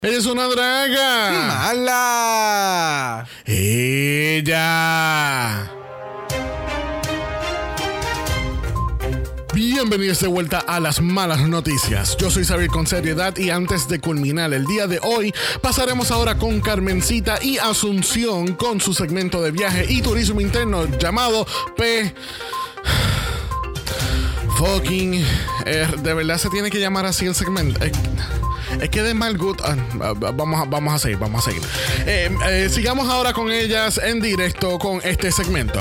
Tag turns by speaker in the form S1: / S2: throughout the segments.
S1: Ella es una draga.
S2: ¡Mala!
S1: Ella. Bienvenidos de vuelta a las malas noticias. Yo soy Xavier con seriedad y antes de culminar el día de hoy, pasaremos ahora con Carmencita y Asunción con su segmento de viaje y turismo interno llamado P... Fucking... de verdad se tiene que llamar así el segmento. Es que de mal good. Vamos a seguir. Sigamos ahora con ellas en directo con este segmento.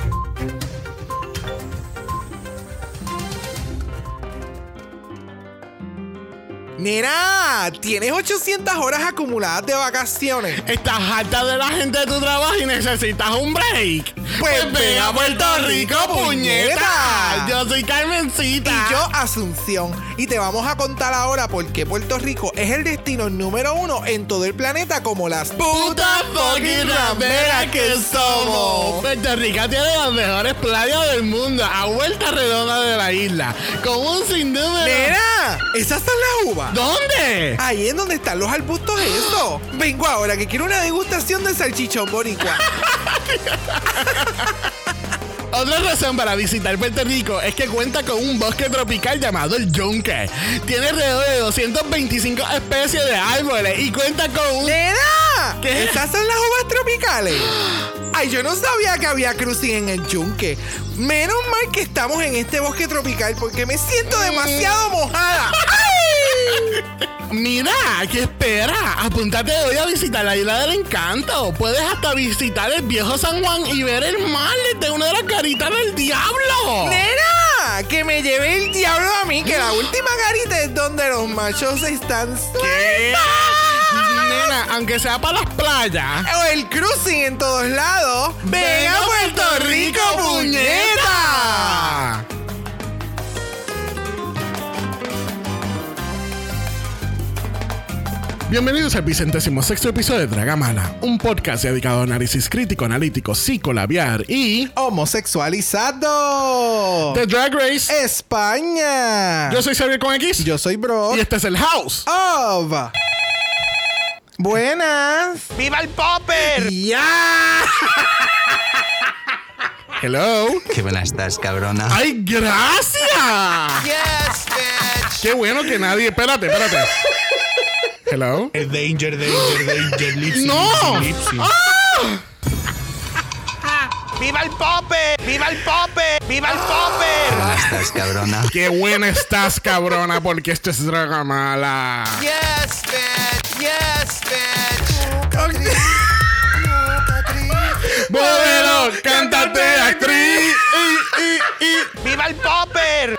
S2: Nena, tienes 800 horas acumuladas de vacaciones.
S1: ¿Estás harta de la gente de tu trabajo y necesitas un break? Pues ven a Puerto Rico, puñeta. Yo soy Carmencita.
S2: Y yo, Asunción. Y te vamos a contar ahora por qué Puerto Rico es el destino número 1 en todo el planeta como las
S1: putas fucking ramberas que somos. Puerto Rico tiene las mejores playas del mundo a vuelta redonda de la isla, con un sinnúmero...
S2: Nena, esas son las uvas.
S1: ¿Dónde?
S2: Ahí en donde están los arbustos eso. Vengo ahora que quiero una degustación de salchichón boricua.
S1: Otra razón para visitar Puerto Rico es que cuenta con un bosque tropical llamado el Yunque. Tiene alrededor de 225 especies de árboles y cuenta con un...
S2: ¡Nena!
S1: ¿Qué?
S2: ¿Estas son las uvas tropicales? Ay, yo no sabía que había cruising en el Yunque. Menos mal que estamos en este bosque tropical porque me siento demasiado mojada.
S1: Mira, ¿qué espera? Apúntate hoy a visitar la Isla del Encanto. Puedes hasta visitar el viejo San Juan y ver el mar desde una de las garitas del diablo.
S2: ¡Nena! Que me lleve el diablo a mí, que la última garita es donde los machos están
S1: ¿Qué? Nena, aunque sea para las playas
S2: o el cruising en todos lados, ¡ven a Puerto Rico, puñeta!
S1: Bienvenidos al 26º episodio de Dragamala, un podcast dedicado a análisis crítico, analítico, psicolabiar y
S2: homosexualizado
S1: de Drag Race
S2: España.
S1: Yo soy Xavier con X.
S2: Yo soy Bro.
S1: Y este es el House
S2: of... Buenas.
S1: ¡Viva el Popper! ¡Ya! Hello.
S3: Qué buena estás, cabrona.
S1: ¡Ay, gracias!
S2: Yes, bitch.
S1: Qué bueno que nadie... Espérate. Hello.
S4: Danger, Lipsy.
S1: ¡No!
S4: Lipsy.
S1: ¡Ah!
S2: ¡Viva el Popper! ¡Viva el Popper! ¡Viva el Popper!
S3: Qué buena estás, cabrona.
S1: ¡Qué buena estás, cabrona! Porque esto es Dragamala.
S2: Yes, bitch. Yes, bitch.
S1: Modelo, cantante, actriz.
S2: ¡Viva el Popper!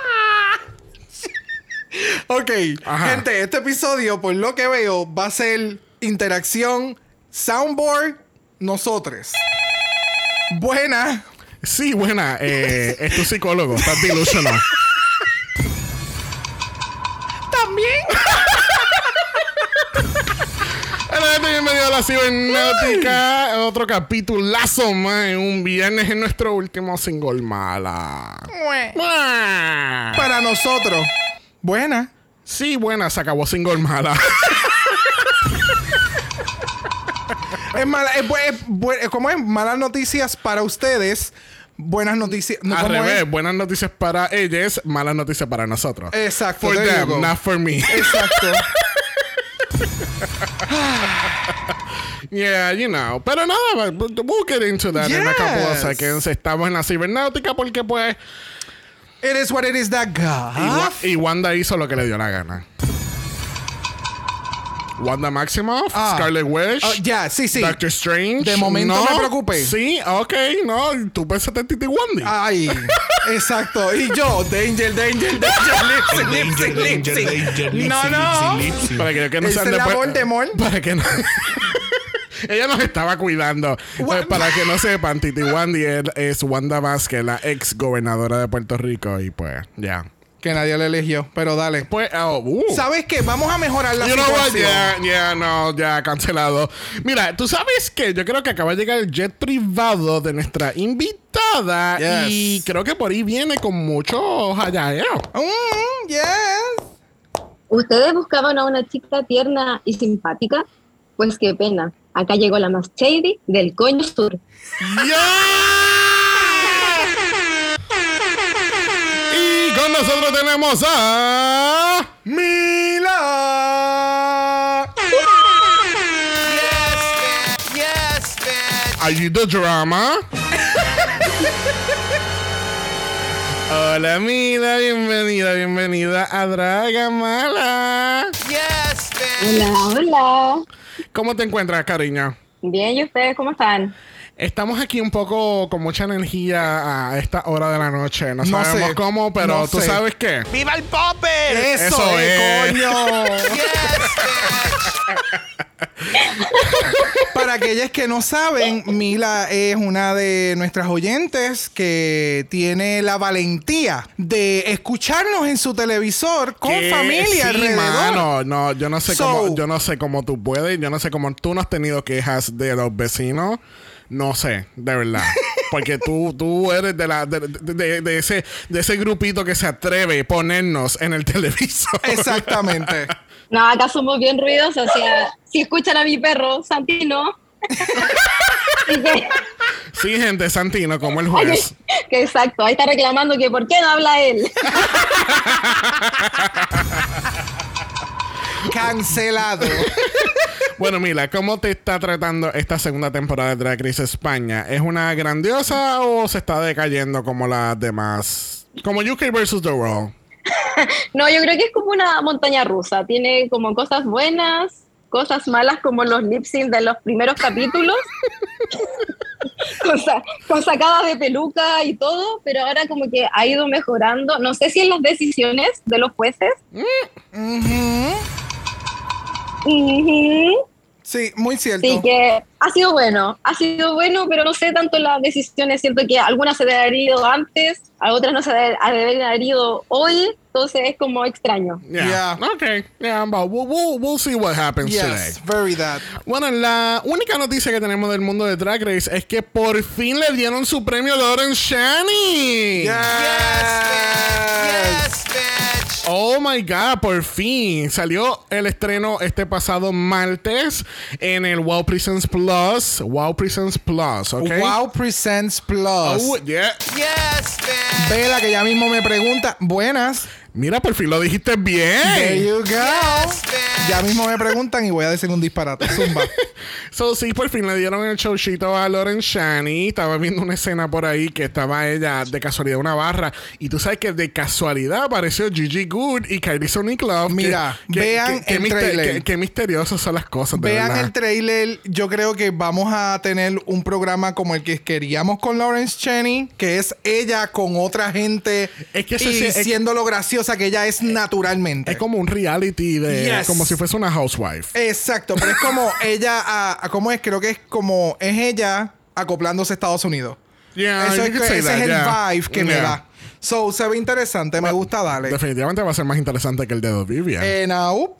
S2: Ok,
S1: Ajá.
S2: gente, este episodio, por lo que veo, va a ser interacción, soundboard, nosotros. Buena.
S1: Sí, buena. Es tu psicólogo. Estás delusional.
S2: También.
S1: Bienvenido a la cibernáutica. Otro capitulazo más en un viernes en nuestro último single mala.
S2: Para nosotros. Buena.
S1: Sí, buena. Se acabó single mala.
S2: Es mala. ¿Cómo es? Malas noticias para ustedes. Buenas noticias. No,
S1: Al
S2: ¿cómo
S1: revés.
S2: es?
S1: Buenas noticias para ellas. Malas noticias para nosotros.
S2: Exacto.
S1: For
S2: there you
S1: them,
S2: go.
S1: not for me.
S2: Exacto.
S1: Yeah, you know. Pero nada, we'll get into that in a couple of seconds. Estamos en la cibernáutica porque pues...
S2: It is what it is that God.
S1: Y Wanda hizo lo que le dio la gana. Wanda Maximoff, Scarlet Witch,
S2: Ya, sí.
S1: Doctor Strange.
S2: De momento
S1: no
S2: me preocupé.
S1: Sí, ok, no. Tú pensaste en Titi Wandy.
S2: Ay, exacto. Y yo, Danger, Lipsy. No.
S4: Lipsy.
S1: Para que no
S2: Esa
S1: sean
S2: es la
S1: después-
S2: Voldemort.
S1: Para que no... Ella nos estaba cuidando. Para que no sepan, Titi Wandy es Wanda Vázquez, la ex gobernadora de Puerto Rico. Y pues, ya.
S2: Que nadie le eligió, pero dale.
S1: Pues,
S2: ¿Sabes qué? Vamos a mejorar la
S1: You know what?
S2: situación.
S1: Ya cancelado. Mira, tú sabes que yo creo que acaba de llegar el jet privado de nuestra invitada.
S2: Yes.
S1: Y creo que por ahí viene con mucho jalladeo.
S2: Yes.
S5: ¿Ustedes buscaban a una chica tierna y simpática? Pues qué pena. Acá llegó la más shady del coño sur.
S1: Y con nosotros tenemos a
S2: Mila.
S3: Yes, bitch.
S1: Are you the drama? Hola Mila, bienvenida a Dragamala.
S3: Yes, bitch.
S5: Hola, hola.
S1: ¿Cómo te encuentras, cariño?
S5: Bien, ¿y ustedes cómo están?
S1: Estamos aquí un poco con mucha energía a esta hora de la noche. No
S2: No
S1: sabemos
S2: sé.
S1: cómo, pero
S2: No
S1: tú
S2: sé.
S1: sabes qué.
S3: ¡Viva el popper!
S1: Eso es.
S2: coño.
S3: Yes, bitch.
S2: Para aquellas que no saben, Mila es una de nuestras oyentes que tiene la valentía de escucharnos en su televisor con
S1: Que
S2: familia
S1: sí,
S2: alrededor.
S1: mano. No, yo no sé
S2: So-
S1: cómo tú puedes. Yo no sé cómo tú no has tenido quejas de los vecinos. No sé, de verdad. Porque tú eres de ese grupito que se atreve a ponernos en el televisor.
S2: Exactamente.
S5: No, acá somos bien ruidosos. O sea, si escuchan a mi perro, Santino. Así
S1: Sí, gente, Santino, como el
S5: que,
S1: juez.
S5: que exacto, ahí está reclamando que por qué no habla él.
S2: Cancelado.
S1: Bueno, Mila, ¿cómo te está tratando esta segunda temporada de Drag Race España? ¿Es una grandiosa o se está decayendo como las demás? Como UK versus The World.
S5: No, yo creo que es como una montaña rusa. Tiene como cosas buenas, cosas malas como los lip sync de los primeros capítulos. con sacadas de peluca y todo, pero ahora como que ha ido mejorando. No sé si en las decisiones de los jueces. Ujú.
S2: Sí, muy cierto.
S5: Sí, que ha sido bueno, pero no sé tanto las decisiones. Siento que algunas se deben haber ido antes, a otras no se deben haber ido hoy, entonces es como extraño.
S1: Yeah. Okay. Yeah, but we'll see what happens today.
S2: Yes, very that.
S1: Bueno, la única noticia que tenemos del mundo de Drag Race es que por fin le dieron su premio a Lauren Shani.
S2: Yes.
S3: Yes, bitch.
S1: Oh my God, por fin salió el estreno este pasado martes en el Wow Presents Plus. Wow Presents Plus, ¿ok?
S2: Wow Presents Plus.
S1: Oh, yeah.
S3: Yes, bitch.
S2: Vela que ya mismo me pregunta. Buenas.
S1: Mira, por fin lo dijiste bien.
S2: There you go.
S3: Yes, bitch.
S2: Ya mismo me preguntan y voy a decir un disparate. Zumba.
S1: So, sí, por fin le dieron el showcito a Lauren Shani. Estaba viendo una escena por ahí que estaba ella de casualidad en una barra. Y tú sabes que de casualidad apareció Gigi Good y Kylie Sonic Love.
S2: Mira, vean el trailer.
S1: Qué misteriosas son las cosas, de
S2: Vean
S1: verdad.
S2: el trailer. Yo creo que vamos a tener un programa como el que queríamos con Lawrence Cheney, que es ella con otra gente
S1: Es que
S2: y siendo lo graciosa que ella es naturalmente.
S1: Es como un reality de...
S2: Yes.
S1: Como si fuese una housewife.
S2: Exacto, pero es como ella, ¿cómo es? Creo que es como es ella acoplándose a Estados Unidos.
S1: Yeah,
S2: Eso
S1: you
S2: es,
S1: could say
S2: ese
S1: that,
S2: es el
S1: yeah.
S2: vibe que me
S1: Yeah.
S2: da. So, se ve interesante, me gusta darle.
S1: Definitivamente va a ser más interesante que el de The Vivian.
S2: Now,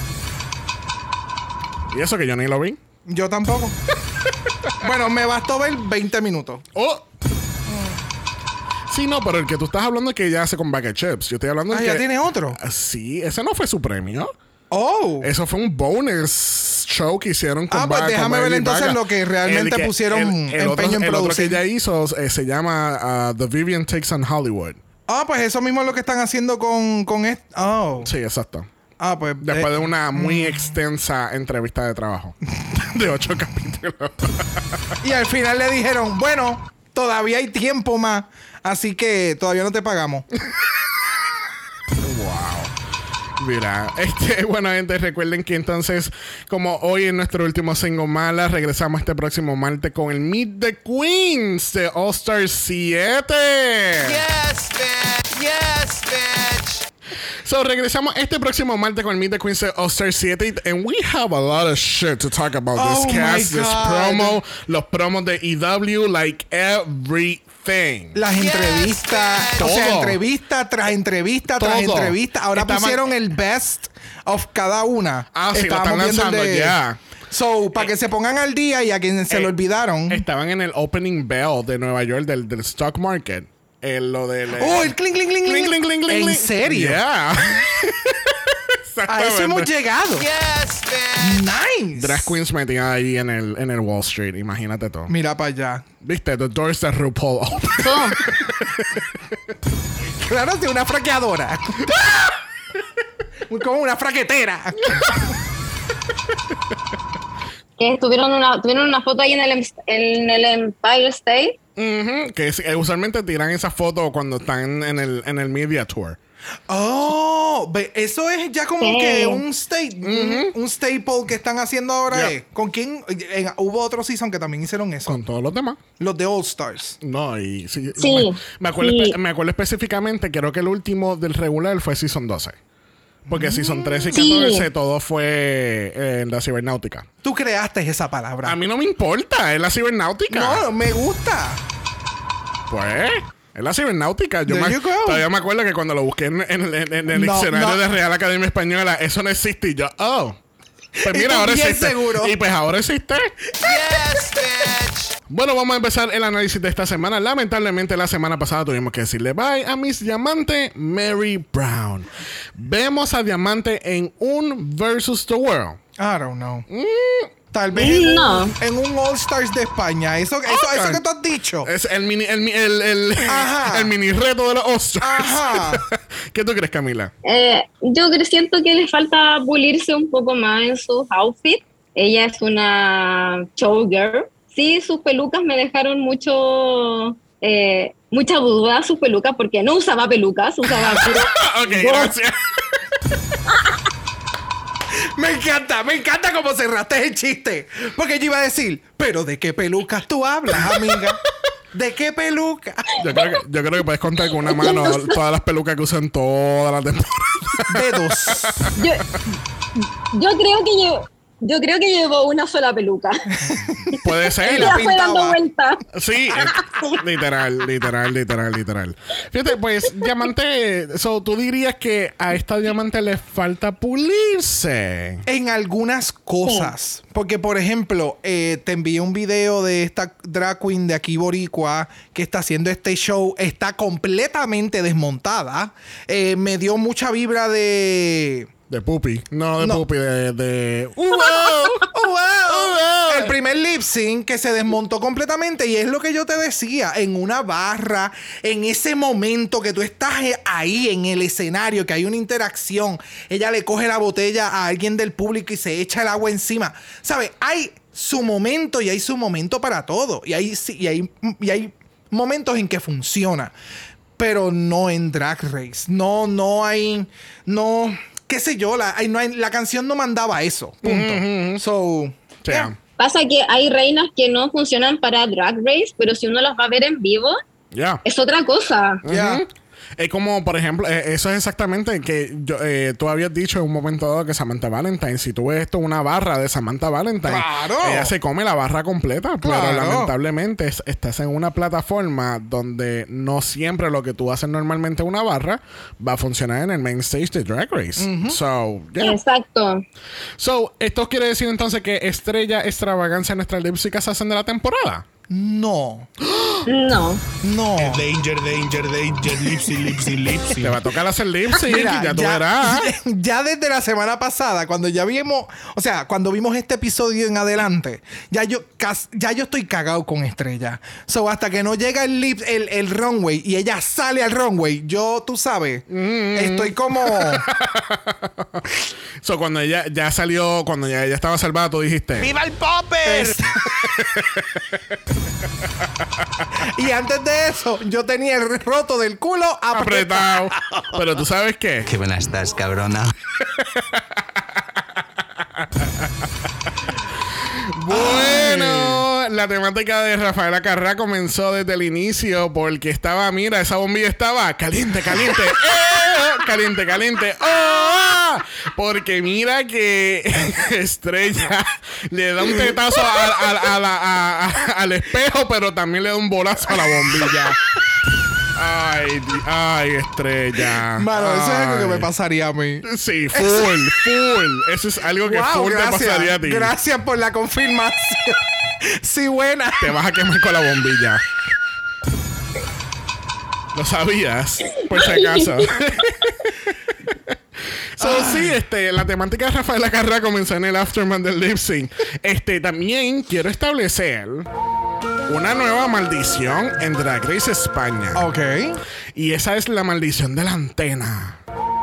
S1: Y eso que yo ni lo vi.
S2: yo tampoco. Bueno, me bastó ver 20 minutos.
S1: ¡Oh! Sí, no, pero el que tú estás hablando es que ella hace con Bag of Chips. Yo estoy hablando
S2: Ah,
S1: de
S2: ¿ya
S1: que...
S2: tiene otro?
S1: Sí, ese no fue su premio.
S2: Oh.
S1: Eso fue un bonus show que hicieron con
S2: Pues
S1: Bag-
S2: déjame
S1: con
S2: ver
S1: Lady
S2: entonces
S1: Gaga.
S2: lo que realmente pusieron empeño en
S1: el otro que
S2: producir.
S1: ella hizo se llama The Vivian Takes on Hollywood.
S2: Ah, pues eso mismo es lo que están haciendo con esto. Oh.
S1: Sí, exacto.
S2: Ah, pues.
S1: Después de una muy extensa entrevista de trabajo. De 8 capítulos.
S2: Y al final le dijeron, bueno, todavía hay tiempo más, así que todavía no te pagamos.
S1: Mira, bueno, gente, recuerden que entonces, como hoy en nuestro último single mala, regresamos este próximo martes con el Meet the Queens de All Star 7.
S3: Yes, bitch. Yes, bitch.
S1: So, regresamos este próximo martes con el Meet the Queens de All Star 7 and we have a lot of shit to talk about
S2: Oh
S1: this
S2: my
S1: cast, this
S2: God.
S1: promo, los promos de EW, like everything.
S2: Las
S3: Yes,
S2: entrevistas,
S1: bitch.
S2: o sea,
S1: Todo.
S2: entrevista tras entrevista tras
S1: Todo.
S2: entrevista. Ahora
S1: Estaban-
S2: pusieron el best of cada una.
S1: Ah, sí, lo están
S2: Estábamos viendo el
S1: lanzando
S2: de-
S1: ya.
S2: So, para que se pongan al día y a quienes se lo olvidaron.
S1: Estaban en el opening bell de Nueva York del stock market. Lo del...
S2: ¡Oh, el clink, clink, clink,
S1: Cling,
S2: cling!
S1: cling, cling, cling,
S2: ¿En
S1: cling.
S2: serio?
S1: Yeah.
S2: A eso hemos llegado.
S3: Yes, bitch.
S2: Nice.
S1: Drag queens metidas ahí en el Wall Street. Imagínate todo.
S2: Mira para allá.
S1: ¿Viste? The doors that RuPaul opened.
S5: Oh,
S2: Claro, de una fraqueadora. Como una fraquetera.
S5: que tuvieron una foto ahí en el Empire State.
S1: Ujú, que usualmente tiran esa foto cuando están en el media tour.
S2: Oh, eso es ya como
S5: Sí.
S2: que un staple que están haciendo ahora.
S1: Yep.
S2: ¿Con quién? Hubo otro season que también hicieron eso.
S1: Con todos los demás.
S2: Los de All Stars.
S1: No, y sí,
S5: Sí,
S1: me acuerdo,
S5: sí.
S1: me acuerdo específicamente, creo que el último del regular fue Season 12. Porque Season 13 y
S5: Sí.
S1: 14 todo fue en la cibernáutica.
S2: Tú creaste esa palabra.
S1: A mí no me importa, es la cibernáutica.
S2: No, me gusta.
S1: Pues, es la cibernáutica.
S2: There you go.
S1: Todavía me acuerdo que cuando lo busqué en el
S2: No,
S1: diccionario
S2: no.
S1: de Real Academia Española, eso no existe. Y yo, oh. Pues
S2: Estoy
S1: mira, ahora
S2: bien
S1: existe.
S2: seguro.
S1: Y pues ahora existe.
S3: Yes, bitch.
S1: Bueno, vamos a empezar el análisis de esta semana. Lamentablemente, la semana pasada tuvimos que decirle bye a Miss Diamante Mary Brown. Vemos a Diamante en un Versus the World.
S2: I don't know. Tal vez
S5: No.
S2: en un All Stars de España. Eso que tú has dicho.
S1: Es el mini
S2: Ajá.
S1: el mini reto de los Oscars.
S2: Ajá.
S1: ¿Qué tú crees, Camila?
S5: Siento que le falta pulirse un poco más en sus outfits. Ella es una showgirl. Sí, sus pelucas me dejaron mucha duda, sus pelucas, porque no usaba pelucas, usaba puro...
S1: Ok, gracias.
S2: Me encanta cómo cerraste el chiste. Porque yo iba a decir, pero ¿de qué pelucas tú hablas, amiga? ¿De qué peluca?
S1: Yo creo que puedes contar con una mano todas las pelucas que usan toda la temporada.
S2: Dedos.
S5: Yo creo que llevo una sola peluca.
S1: Puede ser.
S5: Y la fue
S2: pintaba.
S5: dando vuelta.
S1: Sí, literal. Fíjate, pues, Diamante, tú dirías que a esta Diamante le falta pulirse.
S2: En algunas cosas. Porque, por ejemplo, te envié un video de esta drag queen de aquí boricua que está haciendo este show. Está completamente desmontada. Me dio mucha vibra de...
S1: De Puppy. No. Puppy, de...
S2: ¡Wow! El primer lip sync que se desmontó completamente. Y es lo que yo te decía. En una barra, en ese momento que tú estás ahí en el escenario, que hay una interacción, ella le coge la botella a alguien del público y se echa el agua encima. ¿Sabes? Hay su momento y hay su momento para todo. Y hay momentos en que funciona. Pero no en Drag Race. No hay... qué sé yo, la canción no mandaba eso. Punto. So,
S1: Sí.
S2: yeah.
S5: Pasa que hay reinas que no funcionan para Drag Race, pero si uno las va a ver en vivo,
S1: Ya.
S5: es otra cosa.
S2: Yeah.
S1: Ujú. Es como, por ejemplo, eso es exactamente que tú habías dicho en un momento dado que Samantha Valentine, si tú ves esto, una barra de Samantha Valentine,
S2: ¡Claro!
S1: ella se come la barra completa, pero
S2: ¡Claro!
S1: lamentablemente estás en una plataforma donde no siempre lo que tú haces normalmente en una barra va a funcionar en el main stage de Drag Race. So, yeah.
S5: Exacto.
S1: So, ¿esto quiere decir entonces que Estrella Extravaganza en nuestras lipsicas hacen de la temporada?
S2: No.
S5: No.
S4: Danger, lipsy.
S1: Te va a tocar hacer lip sync,
S2: Mira,
S1: ya tú verás.
S2: ya desde la semana pasada, cuando cuando vimos este episodio en adelante, ya yo estoy cagado con Estrella. So, hasta que no llega el runway y ella sale al runway, tú sabes, estoy como...
S1: So, cuando ella ya salió, cuando ya ella estaba salvada, tú dijiste...
S3: ¡Viva el popper!
S2: Y antes de eso, yo tenía el roto del culo apretado.
S1: apretado. Pero tú sabes qué.
S6: Qué buena estás, cabrona.
S1: Bueno, la temática de Rafaela Carrá comenzó desde el inicio porque estaba, mira, esa bombilla estaba caliente. Caliente. ¡Oh! Porque mira que Estrella le da un tetazo al espejo, pero también le da un bolazo a la bombilla. Ay, Estrella.
S2: Mano, eso es algo que
S1: Ay.
S2: me pasaría a mí.
S1: Sí, full. Eso es algo que
S2: Wow,
S1: full te pasaría a ti.
S2: Gracias por la confirmación. Sí, buena.
S1: Te vas a quemar con la bombilla. ¿Lo sabías? Por si acaso. So, sí, la temática de Rafaela Carrá comenzó en el aftermath del lip sync. También quiero establecer una nueva maldición en Drag Race España.
S2: Ok.
S1: Y esa es la maldición de la antena.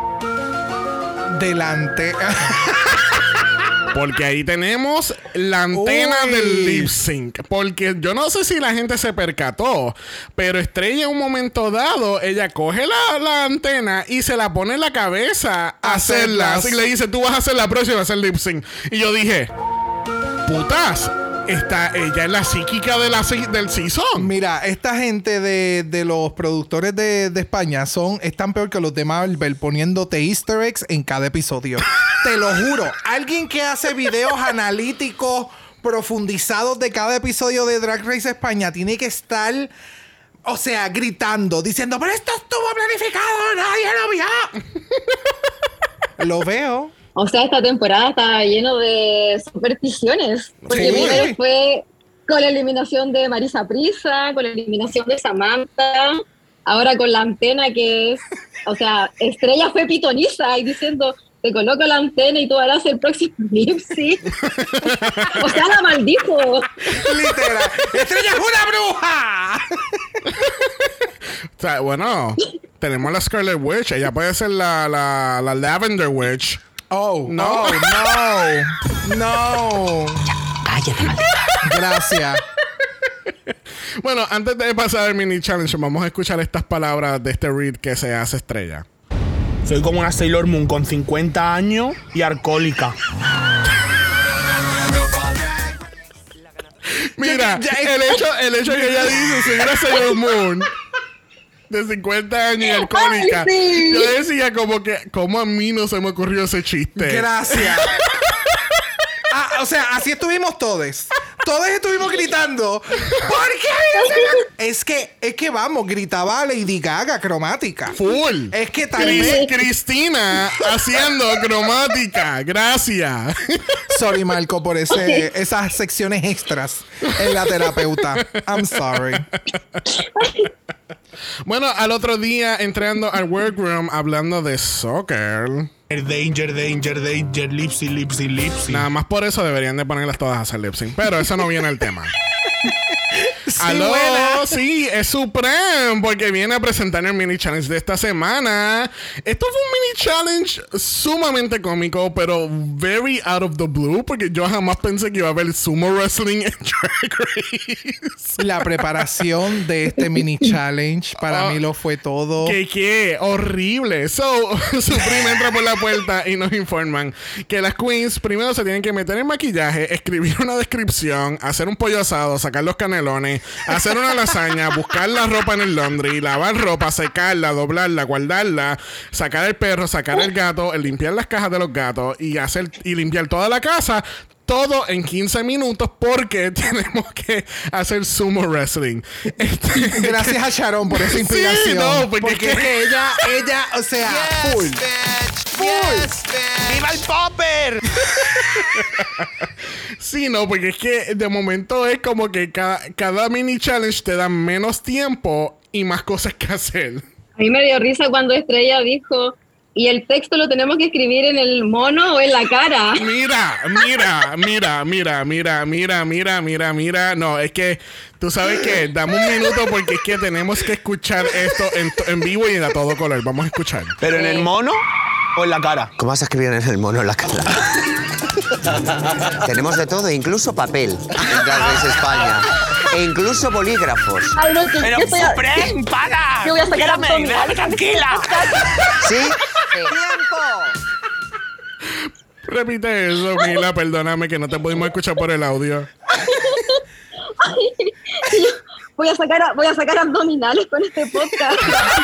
S2: Delante.
S1: Porque ahí tenemos la antena del lip sync. Porque yo no sé si la gente se percató, pero Estrella en un momento dado, ella coge la antena y se la pone en la cabeza a hacerla. Así le dice, tú vas a hacer la próxima, vas a hacer lip sync. Y yo dije, putas, ella es la psíquica del season.
S2: Mira, esta gente de los productores de España están peor que los de Marvel poniéndote easter eggs en cada episodio. Te lo juro. Alguien que hace videos analíticos profundizados de cada episodio de Drag Race España tiene que estar, o sea, gritando, diciendo, pero esto estuvo planificado, nadie lo vio. Lo veo.
S5: O sea, esta temporada está lleno de supersticiones. Porque primero fue con la eliminación de Marisa Prisa, con la eliminación de Samantha, ahora con la antena que es... O sea, Estrella fue pitoniza y diciendo, te coloco la antena y tú harás el próximo lip sync. O sea, la maldijo.
S2: Literal. ¡Estrella es una bruja!
S1: O sea, bueno, tenemos la Scarlet Witch. Ella puede ser la Lavender Witch.
S2: Oh,
S1: no.
S2: No.
S3: Cállate, maldita.
S2: Gracias.
S1: Bueno, antes de pasar al mini challenge, vamos a escuchar estas palabras de este read que se hace Estrella.
S4: Soy como una Sailor Moon con 50 años y alcohólica.
S1: Mira, el hecho que ella dice, soy una Sailor Moon de 50 años y alcohólica.
S5: Ay, sí.
S1: Yo decía como que, ¿cómo a mí no se me ocurrió ese chiste?
S2: Gracias. O sea, así estuvimos todos. Todos estuvimos gritando. ¿Por qué? Es que vamos, gritaba Lady Gaga cromática.
S1: Full.
S2: Es que tal vez...
S1: Cristina haciendo cromática. Gracias.
S2: Sorry, Marco, por esas secciones extras en la terapeuta. I'm sorry.
S1: Bueno, al otro día entrando al workroom hablando de soccer.
S4: Danger, lipsy.
S1: Nada más por eso deberían de ponerlas todas a hacer lip sync. Pero eso no viene al tema. ¡Aló!
S2: Buena.
S1: Sí, es Supreme, porque viene a presentar el mini challenge de esta semana. Esto fue un mini challenge sumamente cómico, pero very out of the blue, porque yo jamás pensé que iba a haber sumo wrestling en Drag Race.
S2: La preparación de este mini challenge para mí lo fue todo.
S1: ¿Qué? Horrible. Supreme entra por la puerta y nos informan que las queens primero se tienen que meter en maquillaje, escribir una descripción, hacer un pollo asado, sacar los canelones, hacer una lasaña, buscar la ropa en el laundry, lavar ropa, secarla, doblarla, guardarla, sacar el perro, sacar el gato, limpiar las cajas de los gatos y limpiar toda la casa. Todo en 15 minutos porque tenemos que hacer sumo wrestling.
S2: Gracias a Sharon por esa inspiración.
S1: Sí, no,
S2: porque es que ella, o sea,
S3: Yes,
S2: full.
S3: bitch. Yes, bitch.
S4: ¡Viva el popper!
S1: Sí, no, porque es que de momento es como que cada mini challenge te da menos tiempo y más cosas que hacer.
S5: A mí me dio risa cuando Estrella dijo, ¿y el texto lo tenemos que escribir en el mono o en la cara?
S1: Mira. No, es que tú sabes que dame un minuto porque es que tenemos que escuchar esto en vivo y a todo color. Vamos a escuchar.
S4: ¿Pero en el mono o en la cara?
S6: ¿Cómo vas a escribir en el mono en la cara? Tenemos de todo, incluso papel en Drag Race España. E incluso bolígrafos.
S5: Ay, no, que
S4: ¡Pero
S5: yo estoy
S4: Supreme, para!
S5: Yo voy a sacar
S4: Mírame,
S5: abdominales.
S4: déjame tranquila.
S6: ¿Sí?
S1: Repite eso, Mila, perdóname que no te pudimos escuchar por el audio.
S5: voy a sacar abdominales con este podcast.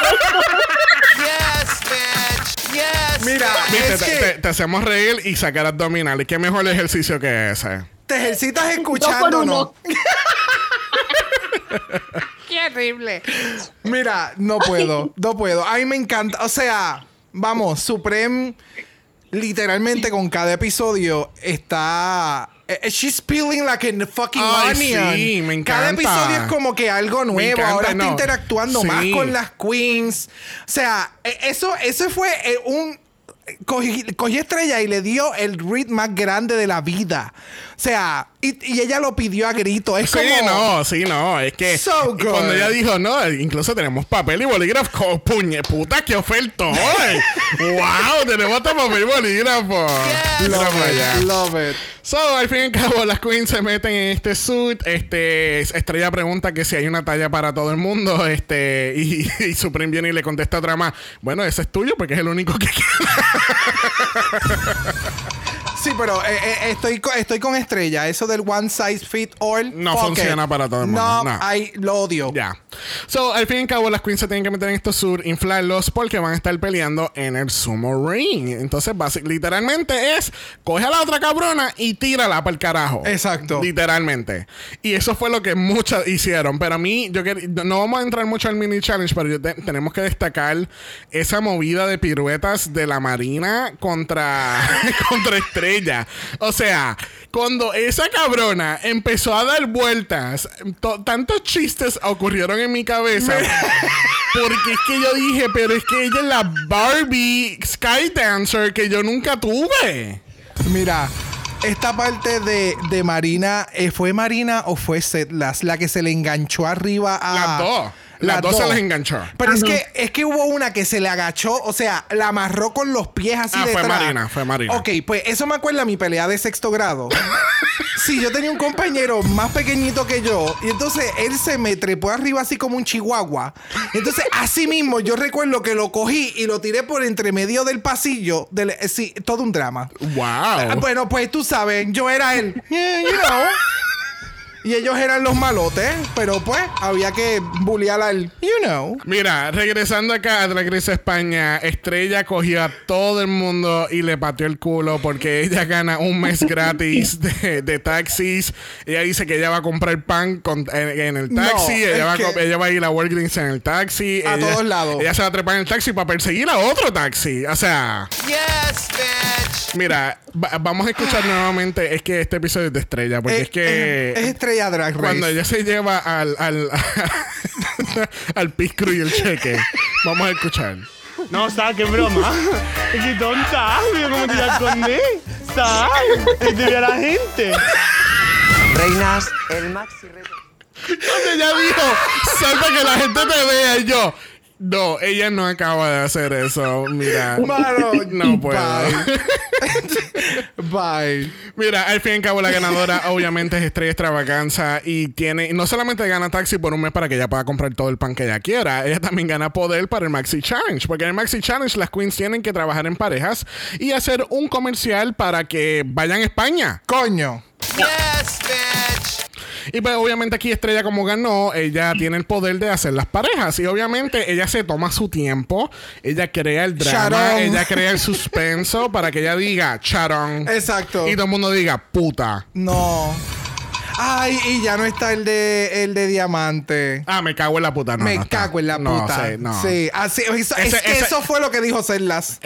S3: Yes, bitch. Yes.
S2: Mira,
S1: Viste,
S2: es que
S1: te hacemos reír y sacar abdominales. ¿Qué mejor ejercicio que ese?
S2: te ejercitas
S5: 2 por
S2: escuchándonos.
S5: 1.
S2: Qué horrible. Mira, no puedo. A mí me encanta. O sea, vamos, Supreme literalmente con cada episodio está... She's peeling like a fucking
S1: Ay,
S2: onion.
S1: sí, me encanta.
S2: Cada episodio es como que algo nuevo.
S1: encanta,
S2: Ahora está
S1: no.
S2: interactuando
S1: Sí.
S2: más con las queens. O sea, eso fue cogió Estrella y le dio el read más grande de la vida. O sea, y ella lo pidió a grito. Es
S1: Sí, no. Es que
S2: So good.
S1: cuando ella dijo, no, incluso tenemos papel y bolígrafo. Puta, qué ofertón. Wow, tenemos hasta papel y bolígrafo.
S2: Love it.
S1: So, al fin y al cabo, las queens se meten en este suit. Estrella pregunta que si hay una talla para todo el mundo. Y Supreme viene y le contesta otra más. Bueno, ese es tuyo porque es el único que queda.
S2: Sí, pero estoy con Estrella. Eso del one size fit all.
S1: No funciona para todo el mundo.
S2: No. Lo odio.
S1: Ya. So, al fin y al cabo, las queens se tienen que meter en estos suits, inflarlos, porque van a estar peleando en el sumo ring. Entonces, literalmente es, coge a la otra cabrona y tírala para el carajo.
S2: Exacto.
S1: Literalmente. Y eso fue lo que muchas hicieron. Pero a mí, no vamos a entrar mucho al mini challenge, pero tenemos que destacar esa movida de piruetas de la Marina contra Estrella. O sea, cuando esa cabrona empezó a dar vueltas, tantos chistes ocurrieron en mi cabeza. Porque es que yo dije, pero es que ella es la Barbie Skydancer que yo nunca tuve.
S2: Mira, esta parte de Marina, ¿fue Marina o fue Setlas la que se le enganchó arriba a...
S1: Las dos. Las dos se les enganchó.
S2: Pero es que hubo una que se le agachó, o sea, la amarró con los pies así detrás.
S1: Fue Marina.
S2: Ok, pues eso me acuerda a mi pelea de sexto grado. Sí, yo tenía un compañero más pequeñito que yo y entonces él se me trepó arriba así como un chihuahua. Entonces, así mismo, yo recuerdo que lo cogí y lo tiré por entre medio del pasillo. Sí, todo un drama.
S1: Wow.
S2: Bueno, pues tú sabes, yo era él. Yeah, you know. Y ellos eran los malotes, pero pues había que bullear al, you know.
S1: Mira, regresando acá a Drag Race España, Estrella cogió a todo el mundo y le pateó el culo porque ella gana un mes gratis de taxis. Ella dice que ella va a comprar pan en el taxi.
S2: No,
S1: ella va a ir a Walgreens en el taxi.
S2: Todos lados.
S1: Ella se va a trepar en el taxi para perseguir a otro taxi. O sea...
S3: Yes, bitch.
S1: Mira, vamos a escuchar nuevamente. Es que este episodio es de Estrella. Porque es que...
S2: Es Estrella Drag Race.
S1: Cuando ella se lleva al piscru y el cheque. Vamos a escuchar.
S4: No, está, qué broma. Qué tonta. Mira cómo te la escondí. Está. Que te vea la gente.
S6: Reinas, el maxi reto.
S1: Donde ella dijo, sal para que la gente te vea. Y yo, no, ella no acaba de hacer eso. Mira.
S2: Mano,
S1: no puedo.
S2: Bye.
S1: Mira, al fin y al cabo la ganadora obviamente es Estrella Extravaganza y no solamente gana taxi por un mes para que ella pueda comprar todo el pan que ella quiera, ella también gana poder para el Maxi Challenge, porque en el Maxi Challenge las queens tienen que trabajar en parejas y hacer un comercial para que vayan a España.
S2: Coño.
S3: Yes, bitch.
S1: Y pues obviamente aquí Estrella, como ganó, ella tiene el poder de hacer las parejas. Y obviamente ella se toma su tiempo. Ella crea el drama.
S2: Charón.
S1: Ella crea el suspenso para que ella diga charón.
S2: Exacto.
S1: Y todo el mundo diga puta.
S2: No. Ay, y ya no está el de diamante.
S1: Ah, me cago en la puta. No,
S2: me
S1: no está.
S2: cago en la
S1: No,
S2: puta.
S1: sí, no.
S2: Sí, así, eso fue lo que dijo Setlas.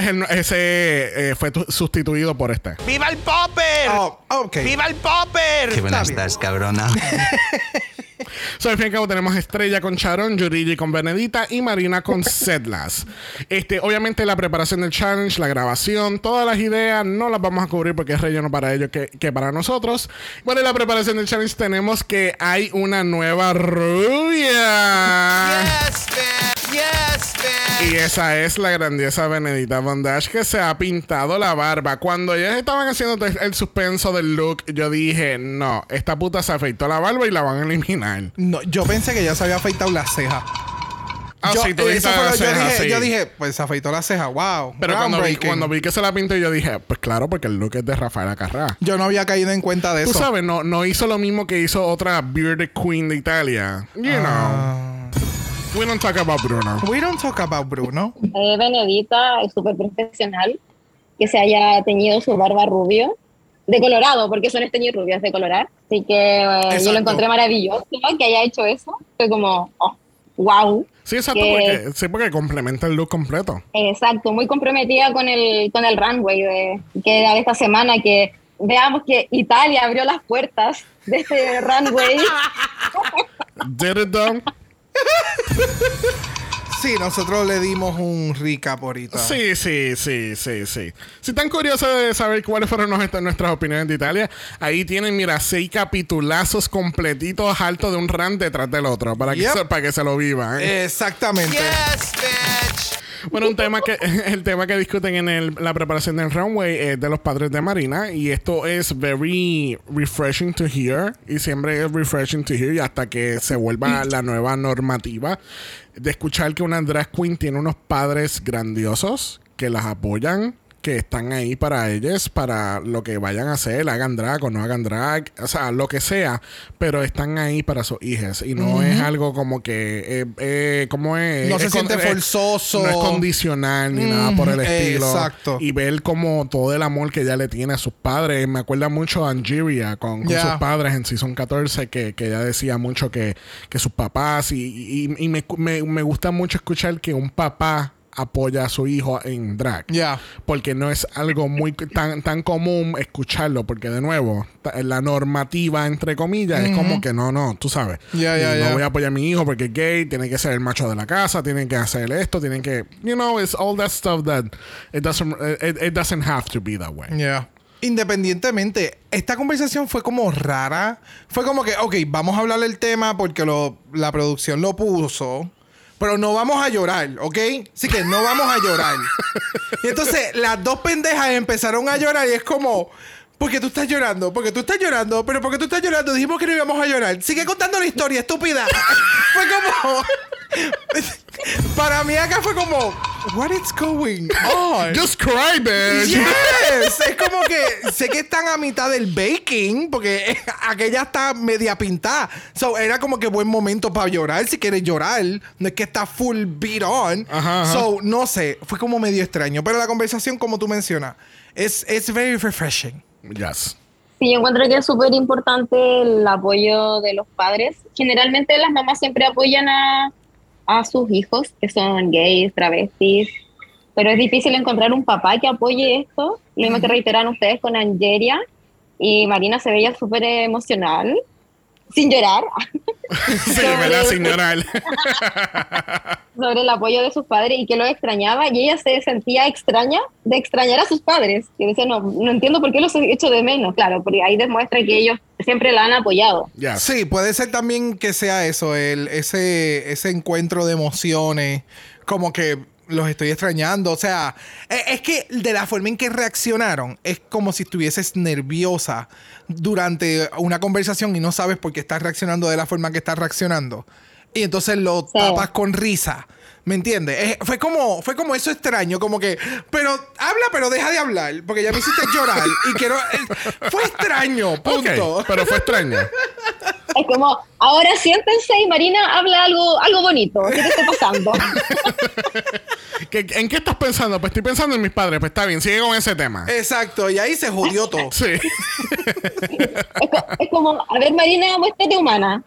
S1: Ese fue sustituido por este.
S3: ¡Viva el popper!
S2: Oh, ok.
S3: ¡Viva el popper!
S6: Qué buena
S2: Está bien.
S6: estás, cabrona.
S1: So, al fin y al cabo tenemos Estrella con Sharon, Yurigi con Benedita y Marina con Setlas. Obviamente la preparación del challenge, la grabación, todas las ideas no las vamos a cubrir porque es relleno para ellos que para nosotros. Bueno, en la preparación del challenge tenemos que hay una nueva rubia.
S3: Yes, bitch. Yes, bitch.
S1: Y esa es la grandiosa Benedita Bondage, que se ha pintado la barba. Cuando ellos estaban haciendo el suspenso del look, yo dije, no, esta puta se afeitó la barba y la van a eliminar.
S2: No, yo pensé que ya se había afeitado la ceja.
S1: Ah, sí, tú dijiste la ceja, sí.
S2: Yo dije, pues se afeitó la ceja, wow.
S1: Pero cuando vi que se la pintó, yo dije, pues claro, porque el look es de Rafael Acarrá.
S2: Yo no había caído en cuenta de
S1: Tú
S2: eso.
S1: sabes, no hizo lo mismo que hizo otra bearded queen de Italia. You know. We don't talk about Bruno.
S2: We don't talk about Bruno.
S5: Benedita es súper profesional que se haya teñido su barba rubio. De colorado, porque son teñidas rubias de colorar. Así que yo lo encontré maravilloso que haya hecho eso. Fue como, oh, wow.
S1: Sí, exacto, porque complementa el look completo.
S5: Exacto, muy comprometida con el runway que era de esta semana, que veamos que Italia abrió las puertas de este runway.
S1: Did it though?
S2: Sí, nosotros le dimos un recap ahorita.
S1: Sí. Si están curiosos de saber cuáles fueron nuestras opiniones de Italia, ahí tienen, mira, 6 capitulazos completitos altos de un rant detrás del otro para que se lo vivan.
S2: Exactamente.
S3: Yes, bitch.
S1: Bueno, el tema que discuten en la preparación del runway es de los padres de Marina, y esto es very refreshing to hear, y siempre es refreshing to hear, y hasta que se vuelva la nueva normativa de escuchar que una drag queen tiene unos padres grandiosos que las apoyan, que están ahí para ellas, para lo que vayan a hacer, hagan drag o no hagan drag, o sea, lo que sea, pero están ahí para sus hijas, y no es algo como que ¿cómo es?
S2: No se siente forzoso,
S1: no es condicional ni nada por el estilo.
S2: Exacto.
S1: Y ver como todo el amor que ella le tiene a sus padres. Me acuerda mucho a Angeria con sus padres en Season 14, que ella decía mucho que sus papás, y me gusta mucho escuchar que un papá apoya a su hijo en drag. Porque no es algo muy tan común escucharlo, porque de nuevo la normativa entre comillas es como que no, tú sabes, no voy a apoyar a mi hijo porque es gay, tiene que ser el macho de la casa, tienen que hacer esto, tienen que, it's all that stuff that it doesn't have to be that way.
S2: Independientemente, esta conversación fue como rara. Fue como que, ok, vamos a hablar del tema porque la producción lo puso, pero no vamos a llorar, ¿ok? Así que no vamos a llorar. Y entonces las dos pendejas empezaron a llorar y es como, ¿por qué tú estás llorando? ¿Por qué tú estás llorando? ¿Pero por qué tú estás llorando? Dijimos que no íbamos a llorar. Sigue contando la historia, estúpida. Fue como... Para mí acá fue como, what is going on?
S1: Just cry, bitch.
S2: Yes. Es como que sé que están a mitad del baking, porque aquella está media pintada. So, era como que buen momento para llorar, si quieres llorar. No es que está full beat on. So, no sé, fue como medio extraño. Pero la conversación, como tú mencionas, es very refreshing.
S1: Yes.
S5: Sí, yo encuentro que es súper importante el apoyo de los padres. Generalmente las mamás siempre apoyan a sus hijos que son gays, travestis, pero es difícil encontrar un papá que apoye esto. Lo mismo que reiteran ustedes con Angeria, y Marina se veía súper emocional, sin llorar.
S1: Sí, ¿verdad? Sin llorar.
S5: Sobre el apoyo de sus padres y que lo extrañaba, y ella se sentía extraña de extrañar a sus padres, que decía, no entiendo por qué los he hecho de menos. Claro, porque ahí demuestra que ellos siempre la han apoyado.
S2: Sí, puede ser también que sea eso, ese encuentro de emociones, como que los estoy extrañando. O sea, es que de la forma en que reaccionaron, es como si estuvieses nerviosa durante una conversación y no sabes por qué estás reaccionando de la forma que estás reaccionando. Y entonces lo tapas con risa. ¿Me entiendes? Fue como eso extraño, como que, pero habla, pero deja de hablar, porque ya me hiciste llorar y quiero... fue extraño, punto.
S1: Okay, pero fue extraño.
S5: Es como, ahora siéntense y Marina habla algo bonito. ¿Qué te está pasando?
S1: ¿En qué estás pensando? Pues estoy pensando en mis padres. Pues está bien, sigue con ese tema.
S2: Exacto, y ahí se jodió todo.
S1: Sí.
S5: Es como, a ver, Marina, muéstrate humana.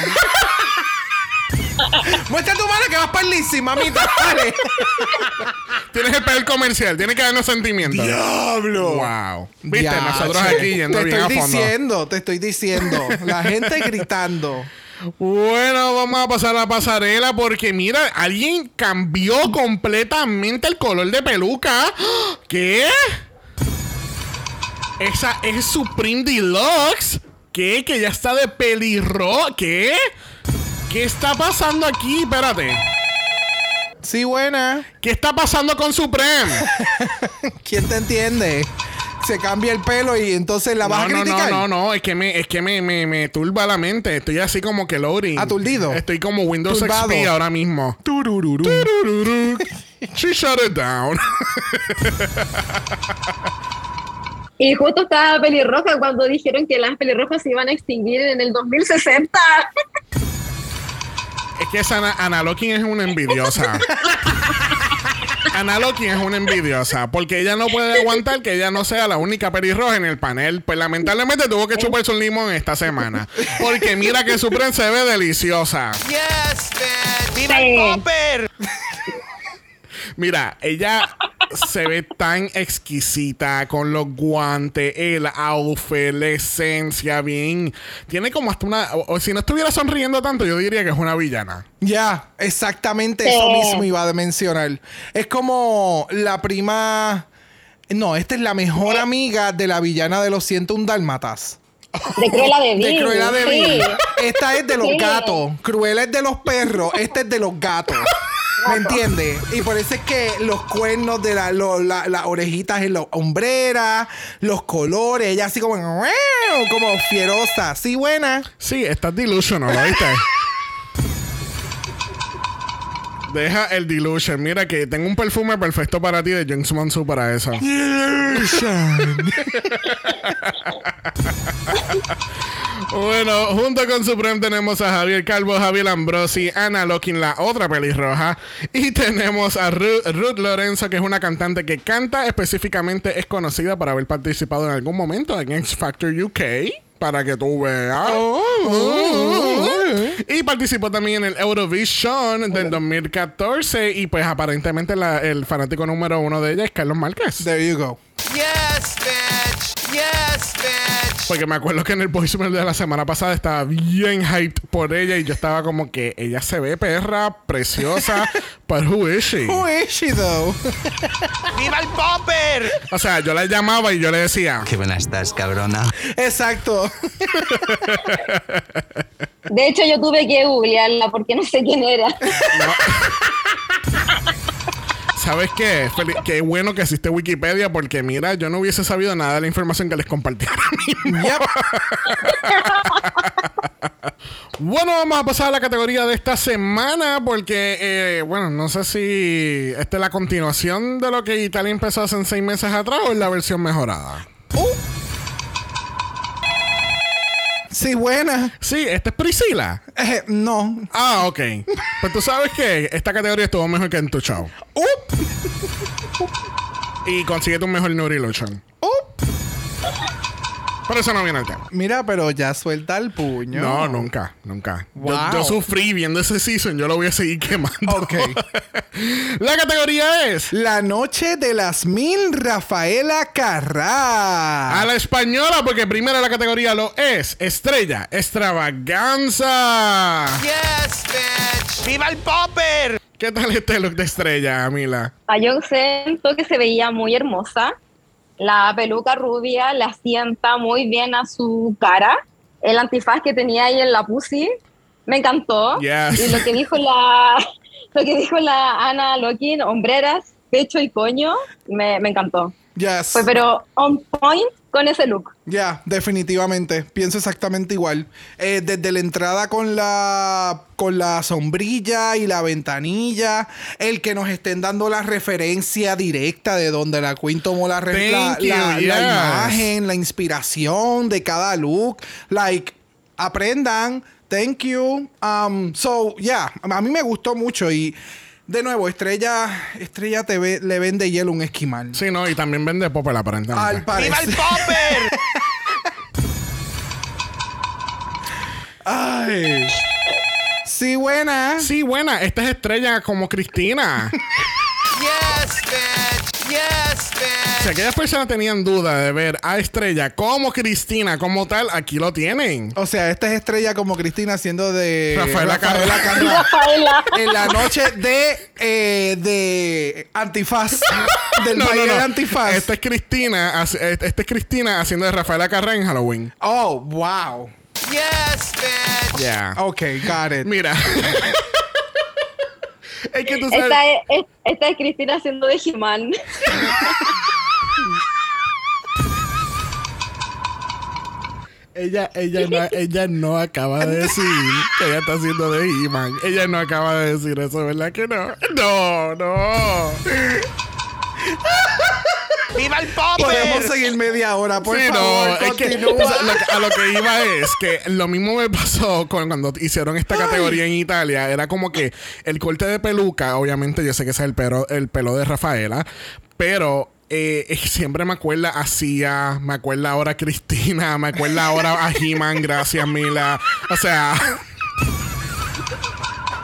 S2: Muestra tu mano que vas para el Lizzy, mamita. Dale.
S1: Tienes el papel comercial, tienes que darnos sentimientos.
S2: ¡Diablo!
S1: Wow. Viste, nosotros aquí yendo bien a fondo.
S2: Te estoy diciendo. La gente gritando.
S1: Bueno, vamos a pasar a la pasarela porque mira, alguien cambió completamente el color de peluca. ¿Qué? Esa es Supreme Deluxe. ¿Qué? Que ya está de pelirrojo. ¿Qué? ¿Qué está pasando aquí? Espérate.
S2: Sí, buena.
S1: ¿Qué está pasando con Supreme?
S2: ¿Quién te entiende? Se cambia el pelo y entonces la vas a criticar.
S1: No. Es que me turba la mente. Estoy así como que loading.
S2: Aturdido.
S1: Estoy como Windows
S2: Turbado.
S1: XP ahora mismo.
S2: Turururu.
S1: She shut it down.
S5: Y justo estaba pelirroja cuando dijeron que las pelirrojas se iban a extinguir en el 2060.
S1: Es que esa Ana Lokin es una envidiosa. Ana Lokin es una envidiosa porque ella no puede aguantar que ella no sea la única pelirroja en el panel. Pues lamentablemente tuvo que chuparse un limón esta semana. Porque mira que Supreme se ve deliciosa.
S3: Yes, bitch. ¡Viva el popper!
S1: Mira, ella se ve tan exquisita con los guantes, el outfit, la esencia, bien. Tiene como hasta una... O si no estuviera sonriendo tanto, yo diría que es una villana.
S2: Ya, exactamente eso mismo iba a mencionar. Es como la prima... No, esta es la mejor amiga de la villana de los 101 Dálmatas.
S5: De Cruella de Vil.
S2: De Cruella de Vil.
S5: Sí.
S2: Esta es de los
S5: Sí.
S2: gatos. Cruella es de los perros. Esta es de los gatos. ¿Me entiendes? Y por eso es que los cuernos de las orejitas en las hombreras, los colores, ella así como fierosa. Sí, buena.
S1: Sí, estás delusional, ¿lo viste? Deja el delusion. Mira que tengo un perfume perfecto para ti de James Monsu para eso. Bueno, junto con Supreme tenemos a Javier Calvo, Javier Ambrosi, Ana Lokin, la otra pelirroja, y tenemos a Ruth Lorenzo, que es una cantante que canta, específicamente es conocida por haber participado en algún momento en X Factor UK, para que tú veas. Y participó también en el Eurovision del 2014, y pues aparentemente el fanático número 1 de ella es Carlos Márquez.
S2: There you go.
S3: Yes, bitch. Yes, bitch.
S1: Porque me acuerdo que en el voicemail de la semana pasada estaba bien hyped por ella y yo estaba como que ella se ve perra, preciosa, but who is she?
S2: Who is she though?
S3: ¡Viva el popper!
S1: O sea, yo la llamaba y yo le decía,
S6: Qué buena estás, cabrona.
S2: Exacto.
S5: De hecho, yo tuve que googlearla porque no sé quién era.
S1: ¿sabes qué? Qué bueno que existe Wikipedia porque mira, yo no hubiese sabido nada de la información que les compartí ahora mismo.
S2: Yep.
S1: Bueno, vamos a pasar a la categoría de esta semana porque, bueno, no sé si esta es la continuación de lo que Italia empezó hace 6 meses atrás o es la versión mejorada.
S2: Sí, buena.
S1: Sí, esta es Priscila.
S2: No.
S1: Ah, ok. Pues tú sabes que esta categoría estuvo mejor que en tu show. Y consíguete un mejor Nurilution. Pero eso no viene al tema.
S2: Mira, pero ya suelta el puño.
S1: No, nunca, nunca.
S2: Wow.
S1: Yo sufrí viendo ese season, yo lo voy a seguir quemando.
S2: Ok.
S1: La categoría es
S2: La noche de las 1000, Rafaela Carrá.
S1: a la española, porque primero la categoría lo es Estrella Extravaganza.
S3: Yes, bitch. ¡Viva el popper!
S1: ¿Qué tal este look de Estrella, Mila?
S5: Yo siento que se veía muy hermosa. La peluca rubia la sienta muy bien a su cara. El antifaz que tenía ahí en la pussy me encantó.
S1: Yes.
S5: Y lo que dijo la Ana Lokin, hombreras, pecho y coño, me encantó.
S2: Yes.
S5: Fue pero on point con ese look.
S2: Ya, definitivamente. Pienso exactamente igual. Desde la entrada con la sombrilla y la ventanilla, el que nos estén dando la referencia directa de donde la Queen tomó la
S1: Thank you,
S2: la
S1: yes.
S2: imagen, la inspiración de cada look. Like, aprendan. Thank you. So, yeah, a mí me gustó mucho y... De nuevo, Estrella TV le vende hielo a un esquimal.
S1: Sí, no, y también vende Popper aparentemente.
S2: Al
S3: ¡Viva
S2: parecer.
S3: el popper!
S2: Ay. Sí, buena.
S1: Sí, buena. Esta es Estrella como Cristina.
S3: Yes, bitch. Yes, bitch.
S1: Si aquellas personas tenían duda de ver a Estrella como Cristina como tal, aquí lo tienen.
S2: O sea, esta es Estrella como Cristina haciendo de
S1: Rafaela Carrá.
S2: Carrá
S5: Rafaela.
S2: en la noche de Antifaz. Del
S1: No,
S2: baile
S1: no,
S2: de
S1: no.
S2: Antifaz.
S1: Esta es Cristina haciendo de Rafaela Carrá en Halloween.
S2: Oh, wow.
S3: Yes, bitch.
S1: Yeah.
S2: Ok, got it.
S1: Mira. Es que tú sabes.
S5: Esta es Cristina haciendo de He-Man.
S1: Ella no acaba de decir que ella está haciendo de He-Man. Ella no acaba de decir eso, ¿verdad que no? No.
S3: ¡Viva el popper!
S2: Podemos seguir media hora, por
S1: Sí,
S2: favor.
S1: no, es que
S2: continúa.
S1: o sea, a lo que iba es que lo mismo me pasó cuando hicieron esta categoría en Italia. Era como que el corte de peluca, obviamente yo sé que ese es el pelo de Rafaela, pero siempre me acuerda a Sia, me acuerda ahora a Cristina, me acuerda ahora a He-Man, gracias Mila. O sea...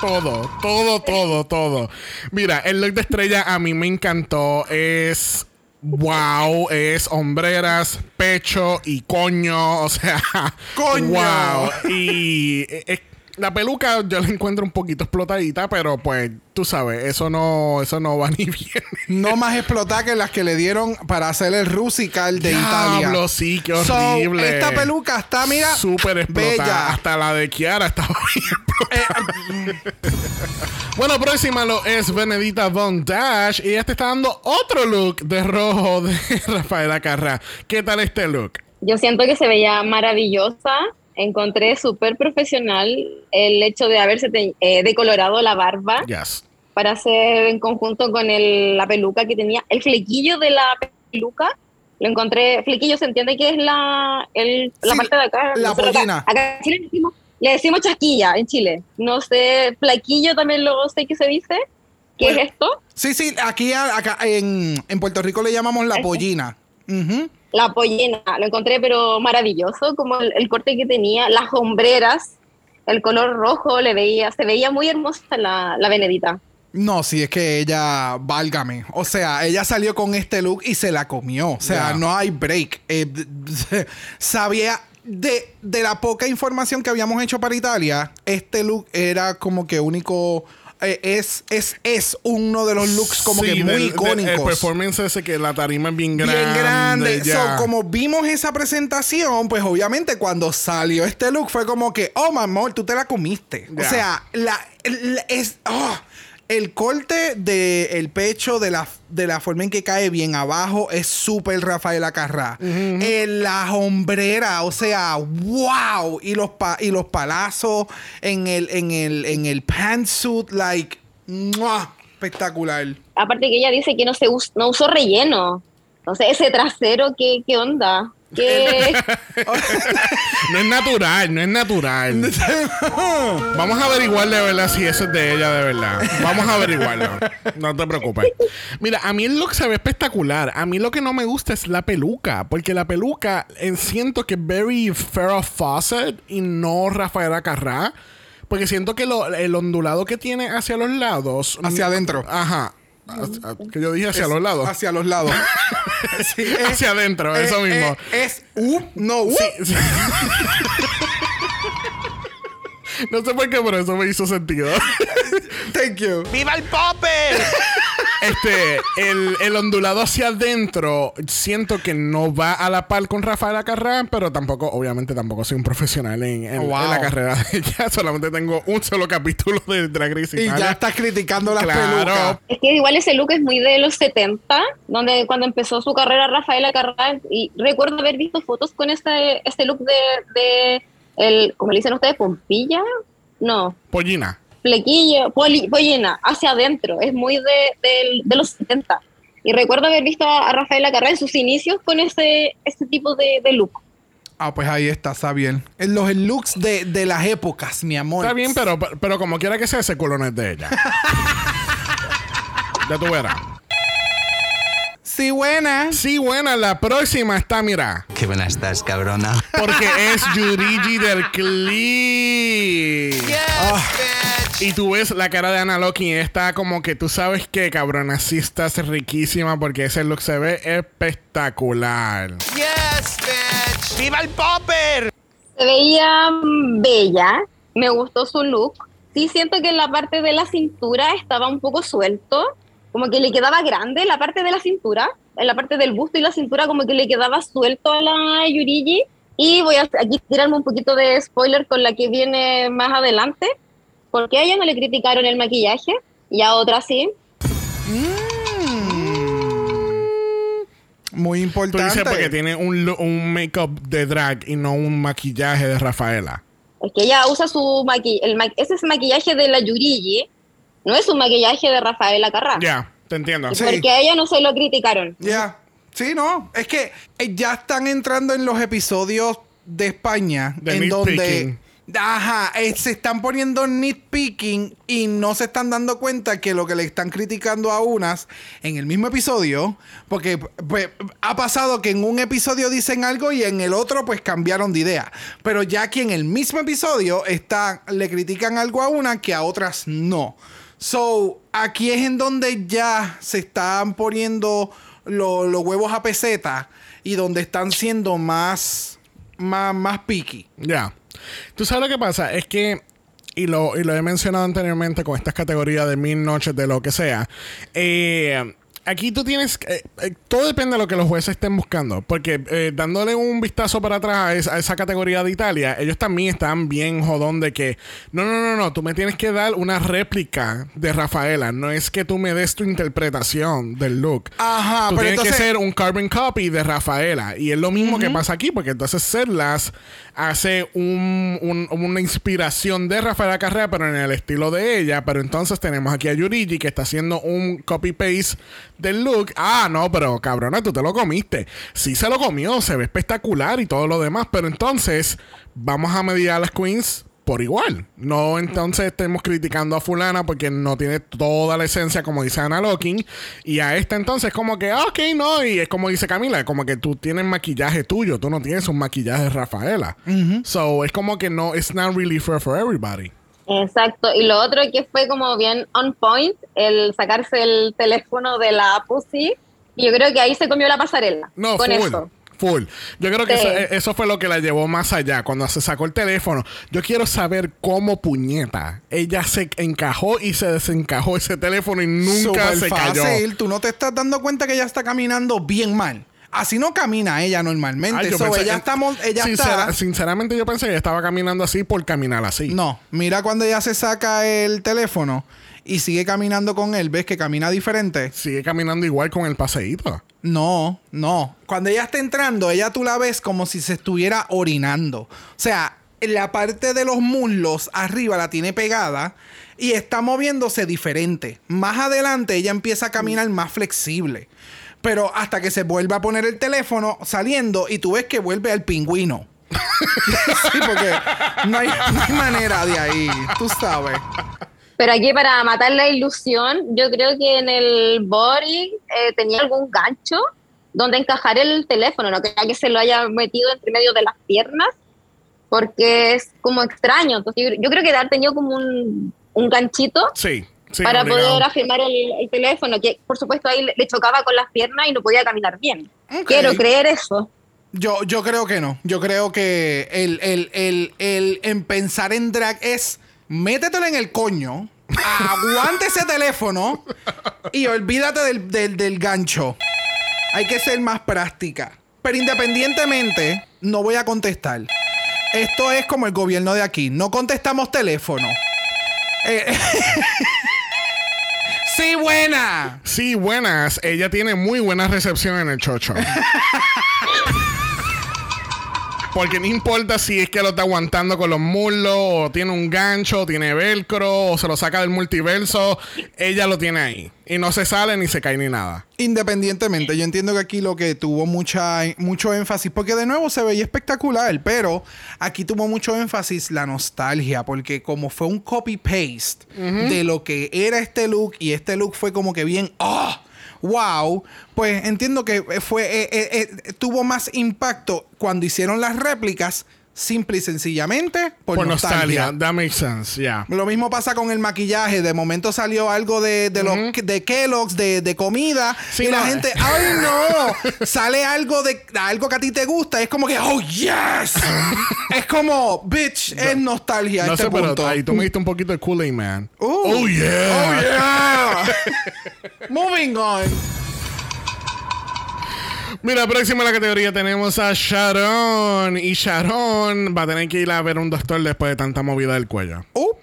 S1: todo. Mira, el look de Estrella a mí me encantó. Es wow, es hombreras, pecho y coño. O sea,
S2: ¡Coño!
S1: Wow. Y la peluca yo la encuentro un poquito explotadita, pero pues tú sabes, eso no va ni bien.
S2: No más explotar que las que le dieron para hacer el Rusical de Italia.
S1: Diablo, sí, qué horrible.
S2: Esta peluca está, mira,
S1: súper explotada.
S2: bella.
S1: Hasta la de Kiara estaba bien explotada. Bueno, próxima lo es Benedita Von Dash. Y ella te está dando otro look de rojo de Rafaela Carrá. ¿Qué tal este look?
S5: Yo siento que se veía maravillosa. Encontré súper profesional el hecho de haberse decolorado la barba
S1: Yes.
S5: para hacer en conjunto con la peluca que tenía. El flequillo de la peluca, lo encontré. Flequillo se entiende que es la parte de acá.
S2: la
S5: no sé,
S2: pollina.
S5: Acá en Chile le decimos chasquilla en Chile. No sé, flequillo también lo sé que se dice. ¿Qué es esto?
S2: Sí, acá en Puerto Rico le llamamos la pollina. Ujú.
S5: La pollina, lo encontré pero maravilloso, como el corte que tenía, las hombreras, el color rojo, se veía muy hermosa la Benedita.
S2: No, sí, es que ella, válgame. O sea, ella salió con este look y se la comió. O sea,
S1: Yeah.
S2: no hay break. Sabía de la poca información que habíamos hecho para Italia, este look era como que único. Es uno de los looks como
S1: Sí,
S2: que muy icónicos.
S1: El performance ese que la tarima es bien grande.
S2: Bien grande.
S1: ya.
S2: So, como vimos esa presentación, pues obviamente cuando salió este look fue como que, oh, mi amor, tú te la comiste.
S1: Ya.
S2: O sea, el corte del pecho de la forma en que cae bien abajo es súper Rafaela Carrá. La hombrera, o sea, wow. Y los palazos en el pantsuit, like, ¡mua! Espectacular.
S5: Aparte que ella dice que no usó relleno. Entonces, ese trasero, ¿qué onda? ¿Qué?
S1: No es natural. Vamos a averiguar de verdad si eso es de ella de verdad. Vamos a averiguarlo. No te preocupes. Mira, a mí el look se ve espectacular. A mí lo que no me gusta es la peluca. Porque la peluca siento que es very Farrah Fawcett y no Rafaela Carrá. Porque siento que el ondulado que tiene hacia los lados.
S2: Hacia adentro.
S1: Ajá. Que yo dije hacia los lados.
S2: Hacia los lados. Sí,
S1: hacia adentro, eso mismo.
S2: No.
S1: Sí. No sé por qué, pero eso me hizo sentido.
S2: Thank you.
S3: ¡Viva el popper!
S1: El ondulado hacia adentro siento que no va a la par con Rafaela Carrá, pero obviamente tampoco soy un profesional en la carrera de ella. Solamente tengo un solo capítulo de Drag Race
S2: Y
S1: Italia.
S2: ya estás criticando las
S1: Claro.
S2: pelucas.
S5: Es que igual ese look es muy de los 70, cuando empezó su carrera Rafaela Carrá, y recuerdo haber visto fotos con este look de ¿cómo le dicen ustedes? ¿Pompilla? No.
S1: Pollina.
S5: Flequillo, pollina, hacia adentro. Es muy de los 70. Y recuerdo haber visto a Rafaela Carrá en sus inicios con este tipo de look.
S2: Ah, pues ahí está bien. Los looks de las épocas, mi amor.
S1: Está bien, pero como quiera que sea, ese culo no es de ella. Ya tú verás.
S2: Sí, buena.
S1: Sí, buena. La próxima está, mira.
S6: Qué buena estás, cabrona.
S1: Porque es Yurigi del clip.
S3: Yes, bitch!
S1: Y tú ves la cara de Ana Loki y está como que tú sabes que, cabrona, sí estás riquísima porque ese look se ve espectacular.
S3: Yes, bitch! ¡Viva el popper!
S5: Se veía bella, me gustó su look. Sí siento que en la parte de la cintura estaba un poco suelto, como que le quedaba grande la parte de la cintura, en la parte del busto y la cintura como que le quedaba suelto a la Yurigi. Y voy a aquí tirarme un poquito de spoiler con la que viene más adelante, porque a ella no le criticaron el maquillaje y a otra sí.
S2: Muy
S1: Tú
S2: importante.
S1: dices porque tiene un make-up de drag y no un maquillaje de Rafaela.
S5: Es que ella usa ese es maquillaje de la Yurigi, no es un maquillaje de Rafaela Carrá.
S1: Ya, te entiendo.
S2: Sí.
S5: Porque a ella no se lo criticaron.
S2: Ya. Sí, no. Es que ya están entrando en los episodios de España
S1: De
S2: en donde
S1: nitpicking.
S2: Ajá, se están poniendo nitpicking y no se están dando cuenta que lo que le están criticando a unas en el mismo episodio, porque pues, ha pasado que en un episodio dicen algo y en el otro pues cambiaron de idea. Pero ya aquí en el mismo episodio le critican algo a una que a otras no. So, aquí es en donde ya se están poniendo los huevos a peseta y donde están siendo más picky.
S1: Ya. Tú sabes lo que pasa, es que, y lo he mencionado anteriormente con estas categorías de 1000 noches de lo que sea, aquí tú tienes... todo depende de lo que los jueces estén buscando. Porque dándole un vistazo para atrás a esa categoría de Italia, ellos también están bien jodón de que... No. Tú me tienes que dar una réplica de Rafaela. No es que tú me des tu interpretación del look.
S2: Ajá,
S1: tú
S2: pero
S1: tienes
S2: entonces...
S1: que ser un carbon copy de Rafaela. Y es lo mismo que pasa aquí. Porque entonces Serlas hace una inspiración de Rafaela Carrera, pero en el estilo de ella. Pero entonces tenemos aquí a Yurigi, que está haciendo un copy-paste del look. Ah, no, pero cabrona, tú te lo comiste. Sí se lo comió, se ve espectacular y todo lo demás, pero entonces vamos a medir a las queens por igual. No entonces estemos criticando a fulana porque no tiene toda la esencia como dice Ana Locking, y a esta entonces como que ok, no, y es como dice Camila, como que tú tienes maquillaje tuyo, tú no tienes un maquillaje de Rafaela. So es como que no, it's not really fair for everybody.
S5: Exacto, y lo otro que fue como bien on point, el sacarse el teléfono de la Pussy, y yo creo que ahí se comió la pasarela.
S1: No,
S5: con
S1: full.
S5: eso.
S1: Full. Yo creo que
S5: Sí.
S1: eso fue lo que la llevó más allá. Cuando se sacó el teléfono, yo quiero saber cómo puñeta ella se encajó y se desencajó ese teléfono y nunca
S2: Súper
S1: se cayó.
S2: fácil. Tú no te estás dando cuenta que ella está caminando bien mal. Así no camina ella normalmente.
S1: Ay, yo
S2: So,
S1: pensé
S2: ella
S1: que-
S2: está...
S1: Sinceramente yo pensé que ella estaba caminando así por caminar así.
S2: No, mira cuando ella se saca el teléfono y sigue caminando con él, ¿ves que camina diferente?
S1: Sigue caminando igual con el paseíto.
S2: No. Cuando ella está entrando, ella tú la ves como si se estuviera orinando. O sea, en la parte de los muslos arriba la tiene pegada y está moviéndose diferente. Más adelante ella empieza a caminar más flexible. Pero hasta que se vuelve a poner el teléfono saliendo y tú ves que vuelve al pingüino. Sí, porque no hay manera de ahí, tú sabes.
S5: Pero aquí para matar la ilusión, yo creo que en el body tenía algún gancho donde encajar el teléfono, no creo que se lo haya metido entre medio de las piernas, porque es como extraño. Entonces yo creo que de haber tenido como un ganchito
S1: Sí.
S5: para
S1: obligado.
S5: poder afirmar el teléfono, que por supuesto ahí le chocaba con las piernas y no podía caminar bien.
S2: Ok.
S5: Quiero creer eso.
S2: Yo creo que no. Yo creo que el en pensar en drag es métetelo en el coño, aguante ese teléfono y olvídate del gancho. Hay que ser más práctica. Pero independientemente, no voy a contestar. Esto es como el gobierno de aquí. No contestamos teléfono. Sí, buena.
S1: Sí, buenas. Ella tiene muy buena recepción en el chocho. Porque no importa si es que lo está aguantando con los muslos, o tiene un gancho, o tiene velcro, o se lo saca del multiverso, ella lo tiene ahí. Y no se sale, ni se cae, ni nada.
S2: Independientemente, yo entiendo que aquí lo que tuvo mucho énfasis, porque de nuevo se veía espectacular, pero aquí tuvo mucho énfasis la nostalgia, porque como fue un copy-paste de lo que era este look, y este look fue como que bien, ¡oh! Wow, pues entiendo que tuvo más impacto cuando hicieron las réplicas, simple y sencillamente por nostalgia.
S1: That makes sense, yeah.
S2: Lo mismo pasa con el maquillaje. De momento salió algo de Kellogg's, de comida.
S1: Sí,
S2: y la
S1: no.
S2: gente, ¡ay, no! Sale algo que a ti te gusta. Es como que, ¡oh, yes! Es como, bitch, es nostalgia a
S1: No
S2: este
S1: sé, pero
S2: punto.
S1: ahí tú me diste un poquito de Kool-Aid Man.
S2: Oh,
S1: yeah.
S2: ¡Oh, yeah! Moving on.
S1: Mira, próxima en la categoría tenemos a Sharon. Y Sharon va a tener que ir a ver un doctor después de tanta movida del cuello.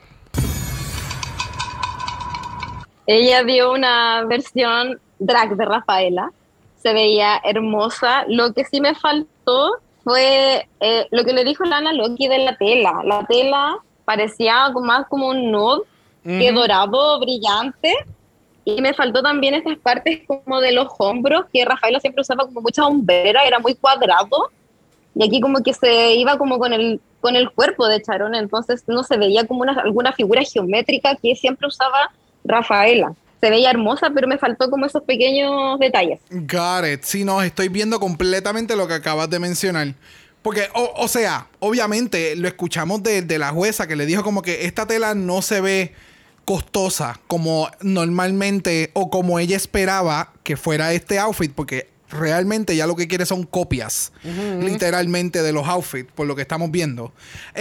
S5: Ella dio una versión drag de Rafaela. Se veía hermosa. Lo que sí me faltó fue lo que le dijo Lana Loki de la tela. La tela parecía más como un nude que dorado, brillante. Y me faltó también estas partes como de los hombros, que Rafaela siempre usaba como mucha hombrera, era muy cuadrado. Y aquí como que se iba como con el con el cuerpo de Sharon, entonces no se veía como alguna figura geométrica que siempre usaba Rafaela. Se veía hermosa, pero me faltó como esos pequeños detalles.
S2: Got it. Sí, no, estoy viendo completamente lo que acabas de mencionar. Porque, o sea, obviamente lo escuchamos de la jueza que le dijo como que esta tela no se ve costosa como normalmente o como ella esperaba que fuera este outfit, porque realmente ya lo que quiere son copias, literalmente, de los outfits, por lo que estamos viendo.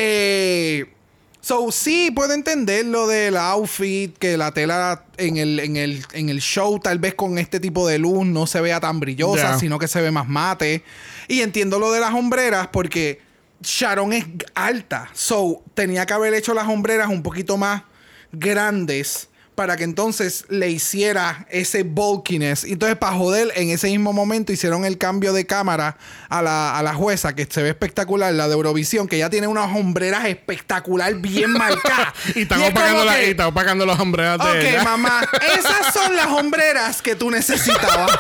S2: So, sí, puedo entender lo del outfit, que la tela en el show, tal vez con este tipo de luz, no se vea tan brillosa, sino que se ve más mate. Y entiendo lo de las hombreras, porque Sharon es alta. So, tenía que haber hecho las hombreras un poquito más grandes para que entonces le hiciera ese bulkiness. Y entonces, para joder, en ese mismo momento hicieron el cambio de cámara a la jueza, que se ve espectacular, la de Eurovisión, que ya tiene unas hombreras espectacular, bien marcadas.
S1: y están opacando las hombreras de ella.
S2: Ok, mamá, esas son las hombreras que tú necesitabas.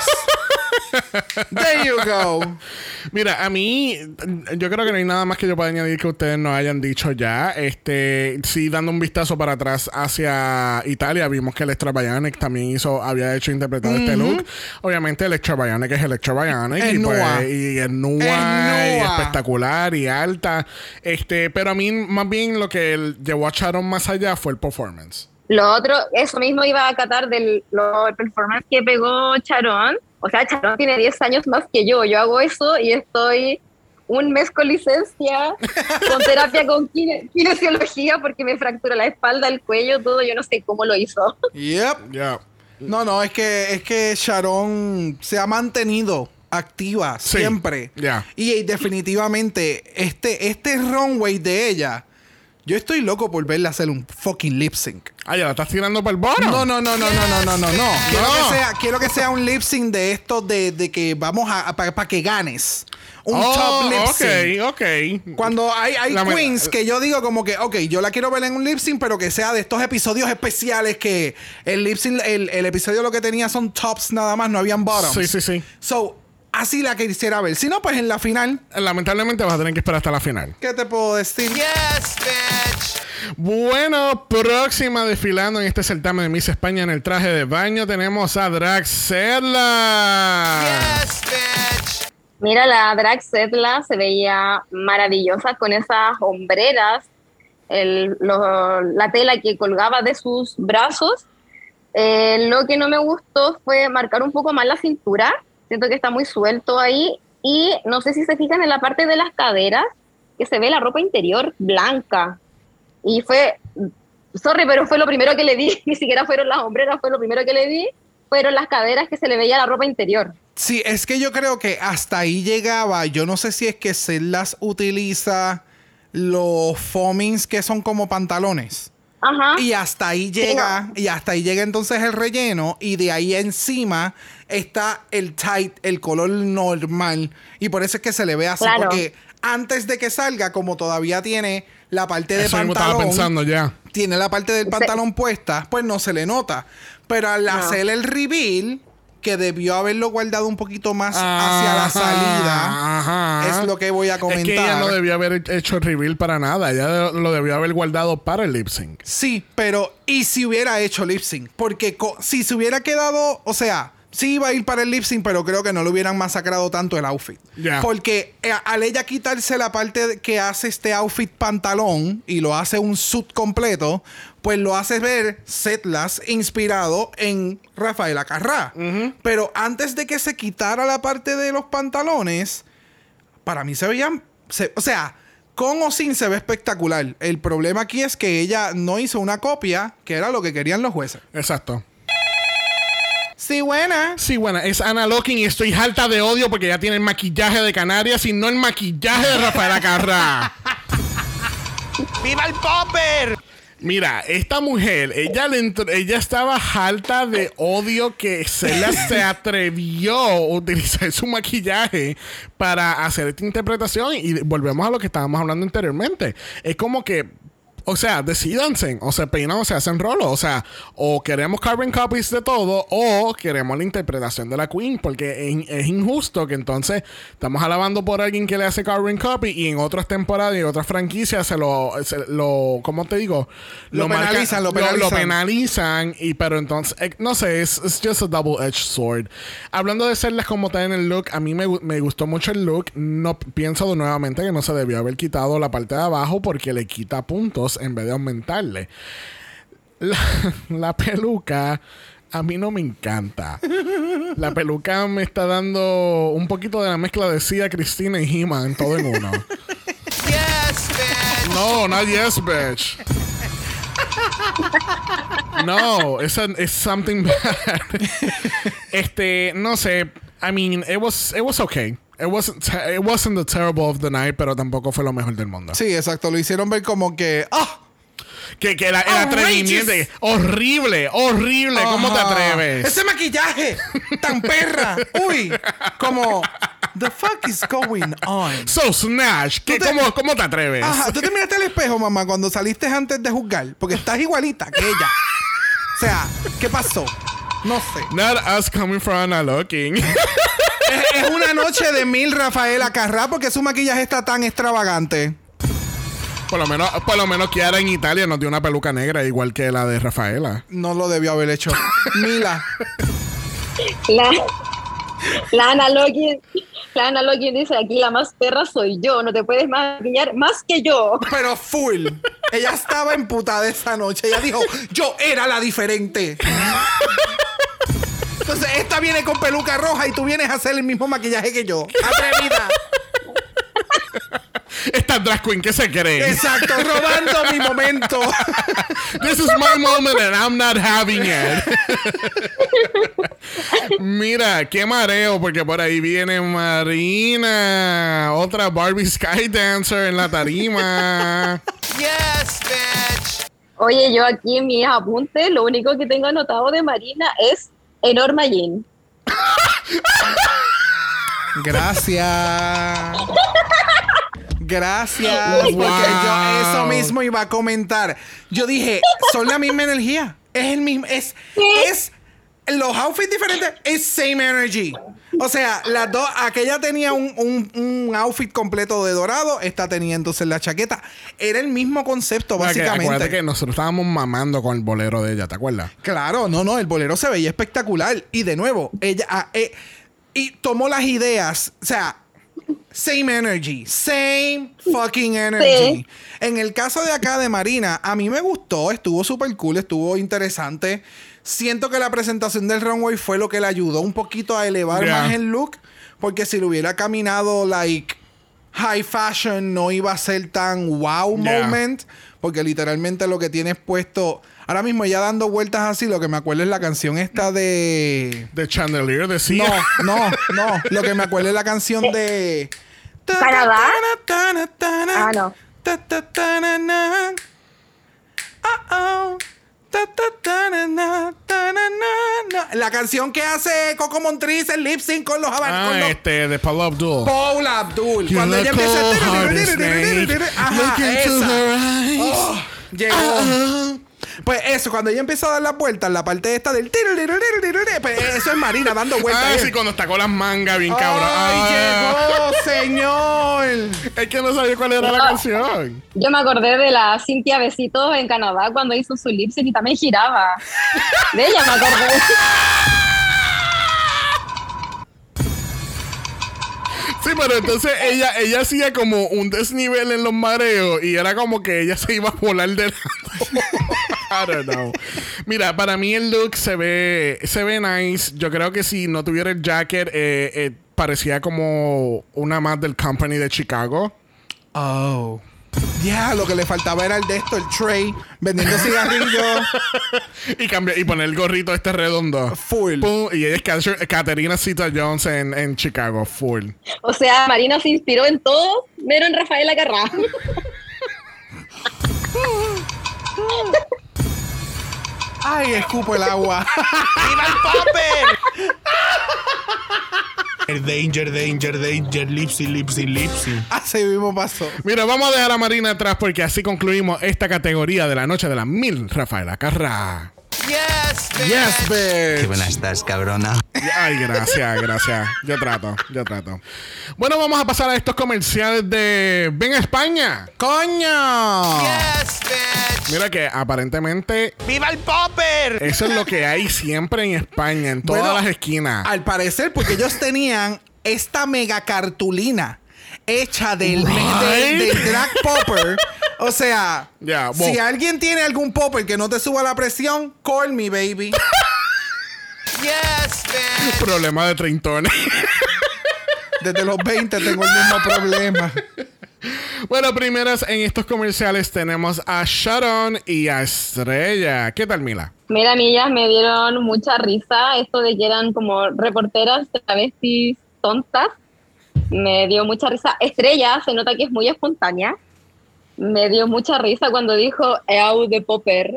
S2: There you go.
S1: Mira, a mí, yo creo que no hay nada más que yo pueda añadir que ustedes no hayan dicho ya. Sí, dando un vistazo para atrás hacia Italia, vimos que Electra Bionic también había interpretado este look. Obviamente, Electra Bionic es Electra Bionic. Y es nua, y espectacular y alta. Pero a mí, más bien, lo que llevó a Sharon más allá fue el performance.
S5: Lo otro, eso mismo iba a acatar del performance que pegó Sharon. O sea, Sharon tiene 10 años más que yo. Yo hago eso y estoy un mes con licencia, con terapia con kinesiología, porque me fractura la espalda, el cuello, todo. Yo no sé cómo lo hizo.
S2: Yep. No, es que Sharon se ha mantenido activa siempre. Y definitivamente este runway de ella, yo estoy loco por verla hacer un fucking lip sync.
S1: Ah, ¿ya la estás tirando para el bottom?
S2: No. Quiero que sea un lip sync de estos de que vamos para que ganes. Un top lip sync.
S1: Ok.
S2: Cuando hay queens que yo digo como que, ok, yo la quiero ver en un lip sync, pero que sea de estos episodios especiales que el lip sync, el episodio lo que tenía son tops nada más, no habían bottoms.
S1: Sí.
S2: So, así la quisiera ver. Si no, pues en la final.
S1: Lamentablemente vas a tener que esperar hasta la final.
S2: ¿Qué te puedo decir?
S3: Yes, bitch.
S1: Bueno, próxima desfilando en este certamen de Miss España en el traje de baño tenemos a Draxella.
S3: Yes, bitch.
S5: Mira, la Draxella se veía maravillosa con esas hombreras, la tela que colgaba de sus brazos. Lo que no me gustó fue marcar un poco más la cintura. Siento que está muy suelto ahí. Y no sé si se fijan en la parte de las caderas, que se ve la ropa interior blanca. Y pero fue lo primero que le vi. Ni siquiera fueron las hombreras, fue lo primero que le vi. Fueron las caderas que se le veía la ropa interior.
S2: Sí, es que yo creo que hasta ahí llegaba. Yo no sé si es que Sellas utiliza los foamings que son como pantalones.
S5: Ajá.
S2: Y hasta ahí llega,
S5: sí, no.
S2: y hasta ahí llega entonces el relleno, y de ahí encima está el tight, el color normal, y por eso es que se le ve así,
S5: claro.
S2: Porque antes de que salga, como todavía tiene la parte de
S1: Eso
S2: pantalón,
S1: estaba pensando ya.
S2: tiene la parte del pantalón puesta, pues no se le nota. Pero al hacer el reveal, que debió haberlo guardado un poquito más hacia la salida, es lo que voy a comentar.
S1: Es que ella no debió haber hecho el reveal para nada. Ella lo debió haber guardado para el lip sync.
S2: Sí, pero ¿y si hubiera hecho lip sync? Porque si se hubiera quedado, o sea, sí iba a ir para el lip sync, pero creo que no le hubieran masacrado tanto el outfit. Porque al ella quitarse la parte que hace este outfit pantalón y lo hace un suit completo, pues lo hace ver Setlas inspirado en Rafaela Carrá. Pero antes de que se quitara la parte de los pantalones, para mí se veían... o sea, con o sin se ve espectacular. El problema aquí es que ella no hizo una copia, que era lo que querían los jueces.
S1: Exacto.
S2: Sí, buena.
S1: Sí, buena. Es Ana Locking y estoy harta de odio porque ya tiene el maquillaje de Canarias y no el maquillaje de Rafaela Carrá.
S3: ¡Viva el popper!
S1: Mira, esta mujer, ella estaba harta de odio que se atrevió a utilizar su maquillaje para hacer esta interpretación, y volvemos a lo que estábamos hablando anteriormente. Es como que O sea, decídanse, o se peinan o se hacen rolos. O sea, o queremos carbon copies de todo, o queremos la interpretación de la Queen, porque es injusto que entonces estamos alabando por alguien que le hace carbon copy y en otras temporadas y otras franquicias se lo ¿cómo te digo?
S2: Lo penalizan.
S1: Lo penalizan, pero entonces, no sé, es just a double-edged sword. Hablando de serles como tal en el look, a mí me gustó mucho el look. No pienso nuevamente que no se debió haber quitado la parte de abajo porque le quita puntos en vez de aumentarle. La peluca a mí no me encanta. La peluca me está dando un poquito de la mezcla de Sia, Cristina y He-Man todo en uno.
S3: Yes, bitch.
S1: No, not yes, bitch. No, it's something bad. No sé. I mean, it was okay. It wasn't the terrible of the night, pero tampoco fue lo mejor del mundo.
S2: Sí, exacto. Lo hicieron ver como que...
S1: Que el atrevimiento. Horrible. ¿Cómo te atreves?
S2: Ese maquillaje tan perra. Uy. Como... The fuck is going on?
S1: So Snatch. ¿Cómo te atreves?
S2: Ajá. Tú te miraste al espejo, mamá, cuando saliste antes de juzgar. Porque estás igualita que ella. O sea, ¿qué pasó? No sé.
S1: Not us coming from Ana looking.
S2: Es una noche de 1000 Rafaela Carrá porque su maquillaje está tan extravagante.
S1: Por lo menos Kiara en Italia nos dio una peluca negra igual que la de Rafaela.
S2: No lo debió haber hecho. Mila.
S5: La Ana Loki dice, aquí la más perra soy yo, no te puedes maquillar más que yo.
S2: Pero full. Ella estaba emputada esa noche. Ella dijo, yo era la diferente. Entonces esta viene con peluca roja y tú vienes a hacer el mismo maquillaje que yo. Atrevida.
S1: Esta drag queen, ¿qué se cree?
S2: Exacto, robando mi momento.
S1: This is my moment and I'm not having it. Mira, qué mareo, porque por ahí viene Marina, otra Barbie Skydancer en la tarima.
S3: Yes, bitch.
S5: Oye, yo aquí en mis apuntes, lo único que tengo anotado de Marina es Enorma Jean.
S2: Gracias. Porque yo eso mismo iba a comentar. Yo dije, son la misma energía. Es el mismo. Es los outfits diferentes. Es same energy. O sea, las dos. Aquella tenía un outfit completo de dorado. Esta tenía entonces la chaqueta. Era el mismo concepto, básicamente.
S1: Acuérdate que nosotros estábamos mamando con el bolero de ella, ¿te acuerdas?
S2: Claro, no. El bolero se veía espectacular. Y de nuevo, ella. Y tomó las ideas. O sea. Same energy. Same fucking energy. Sí. En el caso de acá de Marina, a mí me gustó. Estuvo súper cool. Estuvo interesante. Siento que la presentación del runway fue lo que le ayudó un poquito a elevar más el look. Porque si lo hubiera caminado like high fashion, no iba a ser tan wow moment. Porque literalmente lo que tienes puesto... Ahora mismo ya dando vueltas así, lo que me acuerdo es la canción esta de...
S1: ¿De Chandelier? ¿De Sia?
S2: No. Lo que me acuerdo es la canción de...
S5: ¿Canadá? No.
S2: La canción que hace Coco Montriz, el lip sync con los
S1: de Paula Abdul.
S2: Paula Abdul. Cuando ella empieza... Ajá, esa. Llegó... Pues eso, cuando ella empezó a dar las vueltas, la parte esta del... Pues eso es Marina dando vueltas.
S1: Sí, cuando está con las mangas bien cabrón.
S2: ¡Ay, llegó, señor!
S1: Es que no sabía cuál era la canción.
S5: Yo me acordé de la Cintia Besitos en Canadá cuando hizo su lip sync y también giraba. De ella me acordé.
S1: Sí, pero entonces ella hacía como un desnivel en los mareos y era como que ella se iba a volar de lado. I don't know. Mira, para mí el look se ve nice. Yo creo que si no tuviera el jacket, parecía como una más del company de Chicago.
S2: Oh. Lo que le faltaba era el de esto, el tray, vendiendo cigarrillos.
S1: y poner el gorrito este redondo.
S2: Full.
S1: Pum, y ella es Caterina Zeta-Jones en Chicago. Full.
S5: O sea, Marina se inspiró en todo, pero en Rafaela Carrá.
S2: Ay, escupo el agua.
S3: ¡Viva el popper!
S4: Danger, Lipsy.
S2: Así mismo pasó.
S1: Mira, vamos a dejar a Marina atrás porque así concluimos esta categoría de la noche de las 1000. Rafaela Carrá.
S3: Yes, bitch.
S2: Yes,
S6: Qué
S2: bitch.
S6: buena estás, cabrona.
S1: Ay, gracias. Yo trato. Bueno, vamos a pasar a estos comerciales de Ven a España.
S2: ¡Coño!
S3: Yes, bitch.
S1: Mira que aparentemente
S3: ¡Viva el popper!
S1: eso es lo que hay siempre en España, en todas
S2: Bueno,
S1: las esquinas.
S2: Al parecer, porque ellos tenían esta mega cartulina hecha del drag popper. O sea,
S1: Ya,
S2: si alguien tiene algún popper que no te suba la presión, call me, baby.
S3: Yes, bitch.
S1: Problema de treintones.
S2: Desde los 20 tengo el mismo problema.
S1: Bueno, primeras en estos comerciales tenemos a Sharon y a Estrella. ¿Qué tal, Mila?
S5: Mira, amigas, me dieron mucha risa esto de que eran como reporteras travestis tontas. Me dio mucha risa. Estrella se nota que es muy espontánea. Me dio mucha risa cuando dijo "Eau de popper".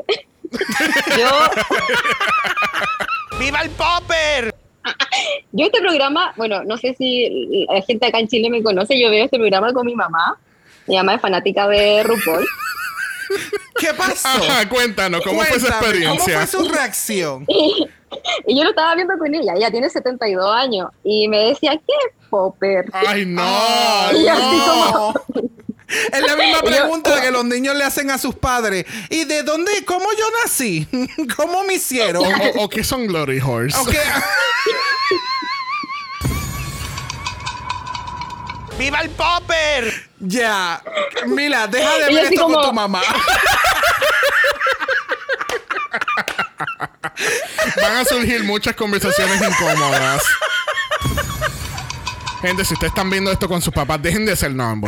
S3: ¡Viva el popper!
S5: Yo este programa, bueno, no sé si la gente acá en Chile me conoce, yo veo este programa con mi mamá. Mi mamá es fanática de RuPaul.
S2: ¿Qué pasó?
S1: Ajá, cuéntanos, ¿cómo fue esa
S2: Cuéntame,
S1: experiencia?
S2: ¿Cómo fue su reacción?
S5: Y yo lo estaba viendo con ella tiene 72 años. Y me decía, ¿qué es popper?
S1: Ay, no.
S5: Y así como...
S2: Es la misma pregunta que los niños le hacen a sus padres. ¿Y de dónde? ¿Cómo yo nací? ¿Cómo me hicieron?
S1: O qué son Glory Horse.
S2: Ok.
S3: ¡Viva el popper!
S2: Ya. Mira, deja de
S5: Y
S2: ver
S5: así
S2: esto con
S5: como-
S2: tu mamá.
S1: Van a surgir muchas conversaciones incómodas. Gente, si ustedes están viendo esto con sus papás, dejen de ser no, ¿no?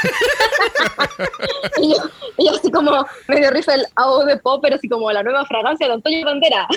S5: y yo así como me dio risa el "Eau de popper", así como la nueva fragancia de Antonio Bandera.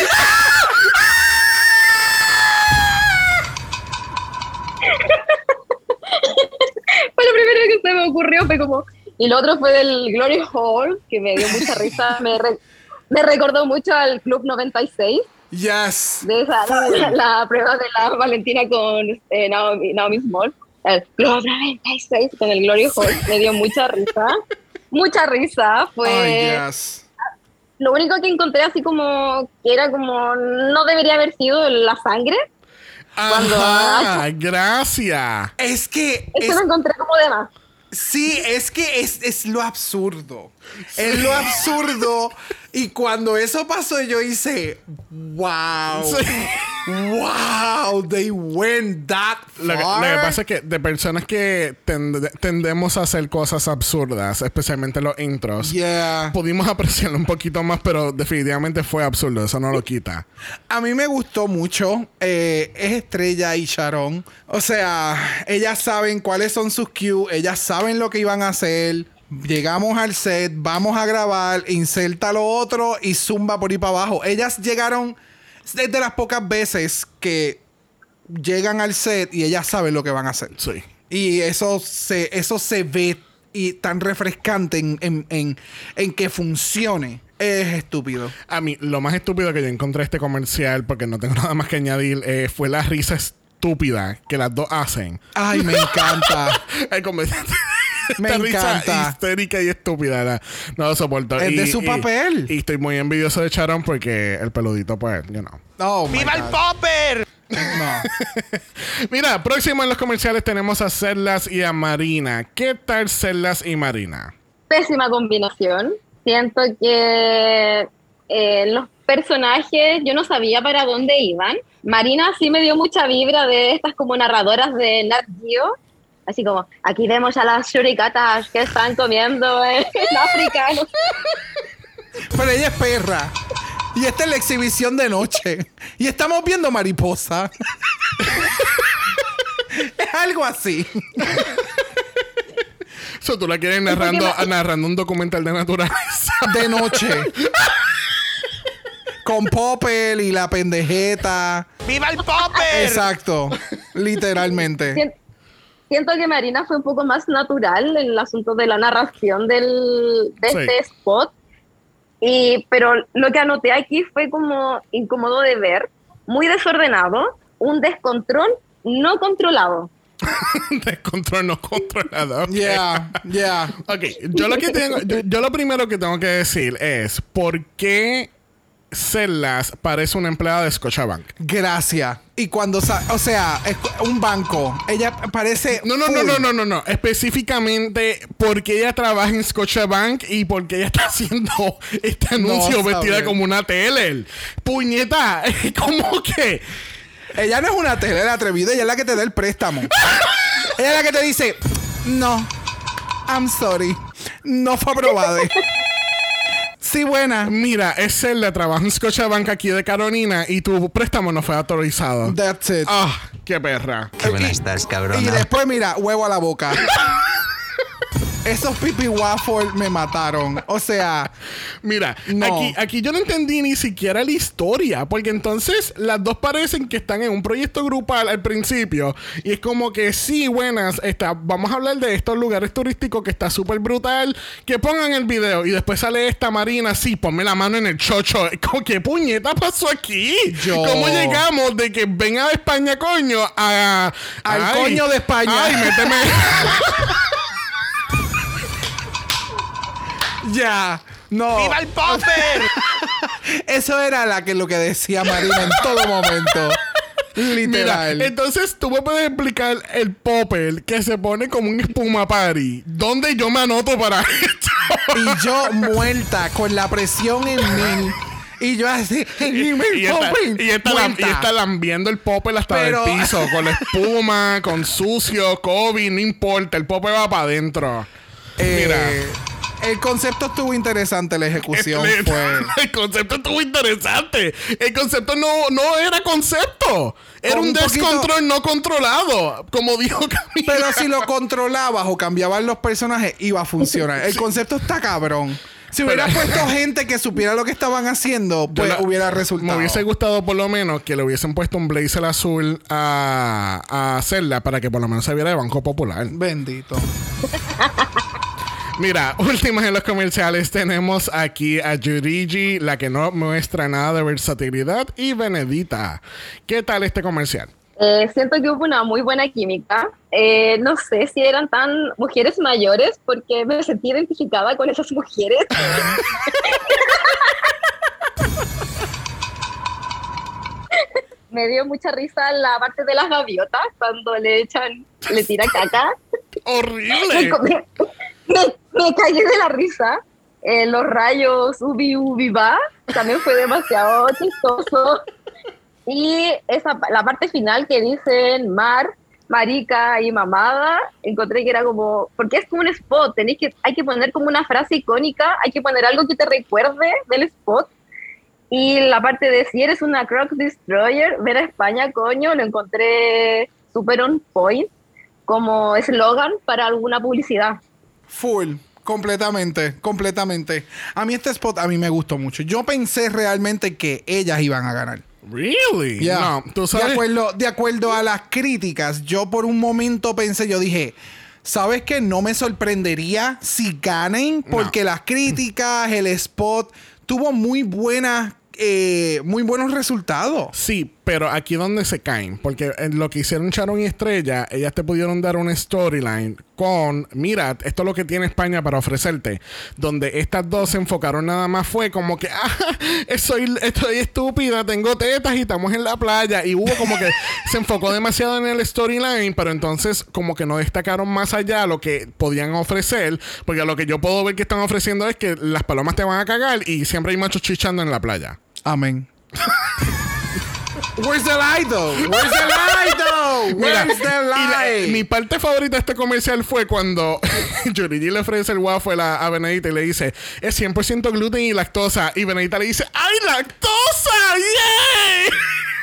S5: Fue lo primero que se me ocurrió, fue como... Y lo otro fue del Glory Hall, que me dio mucha risa. Me recordó mucho al Club 96,
S2: Yes.
S5: de esa, la prueba de la Valentina con Naomi Small. El Club 96 con el Glory Hall. Me dio mucha risa. Mucha risa. Fue...
S2: Ay, yes.
S5: Lo único que encontré así como que era como no debería haber sido la sangre.
S1: Ajá, gracias.
S2: Es que...
S5: Eso lo encontré como de más.
S2: Sí, es que es lo absurdo. Es lo absurdo. Y cuando eso pasó, yo hice, wow.
S1: Sí.
S2: Wow, they went that
S1: Lo que
S2: far.
S1: pasa es que de personas que tendemos a hacer cosas absurdas, especialmente los intros,
S2: Yeah.
S1: pudimos apreciarlo un poquito más, pero definitivamente fue absurdo. Eso no lo quita.
S2: A mí me gustó mucho. Es Estrella y Sharon. O sea, ellas saben cuáles son sus cues. Ellas saben lo que iban a hacer. Llegamos al set, vamos a grabar, inserta lo otro y zumba por ahí para abajo. Ellas llegaron... Es de las pocas veces que llegan al set y ellas saben lo que van a hacer.
S1: Sí.
S2: Y eso se ve y tan refrescante en que funcione. Es estúpido.
S1: A mí, lo más estúpido que yo encontré este comercial, porque no tengo nada más que añadir, fue la risa estúpida que las dos hacen.
S2: Ay, me encanta.
S1: El comediante.
S2: Me
S1: Esta risa
S2: encanta.
S1: histérica y estúpida. No lo soporto.
S2: Es de su papel.
S1: Y estoy muy envidioso de Sharon porque el peludito, pues,
S2: Oh, my
S3: ¡Viva el
S2: God.
S3: popper!
S2: No.
S1: Mira, próximo en los comerciales tenemos a Cerlas y a Marina. ¿Qué tal Cerlas y Marina?
S5: Pésima combinación. Siento que los personajes, yo no sabía para dónde iban. Marina sí me dio mucha vibra de estas como narradoras de Nat Geo. Así como, aquí vemos a las shurikatas que están comiendo en África. No sé.
S2: Pero ella es perra. Y esta es la exhibición de noche. Y estamos viendo mariposa. Es algo así.
S1: Eso tú la quieres narrando un documental de naturaleza.
S2: De noche. Con Popel y la pendejeta.
S3: ¡Viva el popper!
S2: Exacto. Literalmente.
S5: Siento que Marina fue un poco más natural en el asunto de la narración de este spot. Pero lo que anoté aquí fue como incómodo de ver, muy desordenado, un descontrol no controlado.
S1: Descontrol no controlado. Okay.
S2: Yeah.
S1: Ok, yo lo primero que tengo que decir es ¿por qué Cellas parece una empleada de Scotiabank?
S2: Gracias. Y cuando o sea, es un banco. Ella parece.
S1: No. Específicamente porque ella trabaja en Scotiabank y porque ella está haciendo este anuncio vestida como una teller. Puñeta, ¿cómo que?
S2: Ella no es una teller atrevida, ella es la que te da el préstamo. Ella es la que te dice, no, I'm sorry, no fue aprobado. Sí, buena.
S1: Mira, es Zelda, trabaja en Scotiabank aquí de Carolina y tu préstamo no fue autorizado.
S2: That's it.
S1: Ah, qué perra.
S6: Qué buena estás, cabrona.
S2: Y después, mira, huevo a la boca. Esos pipi waffles me mataron. O sea,
S1: mira,
S2: no.
S1: aquí yo no entendí ni siquiera la historia, porque entonces las dos parecen que están en un proyecto grupal al principio y es como que sí, buenas, vamos a hablar de estos lugares turísticos que está súper brutal, que pongan el video y después sale esta Marina, sí, ponme la mano en el chocho. ¿Qué puñeta pasó aquí? ¿Cómo llegamos de que venga de España, coño, al
S2: coño de España?
S1: Ay, méteme.
S2: Ya, no.
S3: ¡Viva el popper!
S2: Eso era lo que decía Marina en todo momento. Literal.
S1: Mira, entonces tú me puedes explicar el popper que se pone como un espuma party. ¿Dónde yo me anoto para esto?
S2: Y yo muerta con la presión en mí. Y yo así,
S1: y está lambiendo el popper hasta el piso, con la espuma, con sucio, COVID, no importa, el popper va para adentro. Mira.
S2: El concepto estuvo interesante, la ejecución fue...
S1: El concepto estuvo interesante. El concepto no era concepto. Era un descontrol no controlado, como dijo Camila.
S2: Pero si lo controlabas o cambiaban los personajes, iba a funcionar. El concepto está cabrón. Si hubiera puesto gente que supiera lo que estaban haciendo, pues hubiera resultado.
S1: Me hubiese gustado por lo menos que le hubiesen puesto un blazer azul a Zelda para que por lo menos se viera de Banco Popular.
S2: Bendito.
S1: Mira, últimas en los comerciales tenemos aquí a Yurigi, la que no muestra nada de versatilidad, y Benedita. ¿Qué tal este comercial?
S5: Siento que hubo una muy buena química. No sé si eran tan mujeres mayores porque me sentí identificada con esas mujeres. Me dio mucha risa la parte de las gaviotas cuando le tira caca.
S1: ¡Horrible!
S5: Me caí de la risa. Los rayos ubi va también fue demasiado chistoso. Y la parte final que dicen marica y mamada, encontré que era como, porque es como un spot, hay que poner como una frase icónica, hay que poner algo que te recuerde del spot. Y la parte de si eres una Croc Destroyer, ven a España, coño, lo encontré súper on point como eslogan para alguna publicidad.
S2: Full. Completamente. A mí este spot me gustó mucho. Yo pensé realmente que ellas iban a ganar.
S1: Really?
S2: Yeah.
S1: No, ¿tú sabes?
S2: De acuerdo a las críticas, yo por un momento dije, ¿sabes qué? No me sorprendería si ganen, porque las críticas, el spot, tuvo muy buenos resultados.
S1: Sí, pero aquí donde se caen, porque en lo que hicieron Sharon y Estrella, ellas te pudieron dar una storyline con, mira, esto es lo que tiene España para ofrecerte, donde estas dos se enfocaron nada más fue como que, estoy estúpida, tengo tetas y estamos en la playa, y hubo como que se enfocó demasiado en el storyline, pero entonces como que no destacaron más allá lo que podían ofrecer, porque lo que yo puedo ver que están ofreciendo es que las palomas te van a cagar y siempre hay machos chichando en la playa.
S2: Amén. Where's the light though? Where's the light though? Where's the light?
S1: Mi parte favorita de este comercial fue cuando Yurigi le ofrece el waffle a Benedita y le dice, es 100% gluten y lactosa. Y Benedita le dice, ¡ay, lactosa! ¡Yay!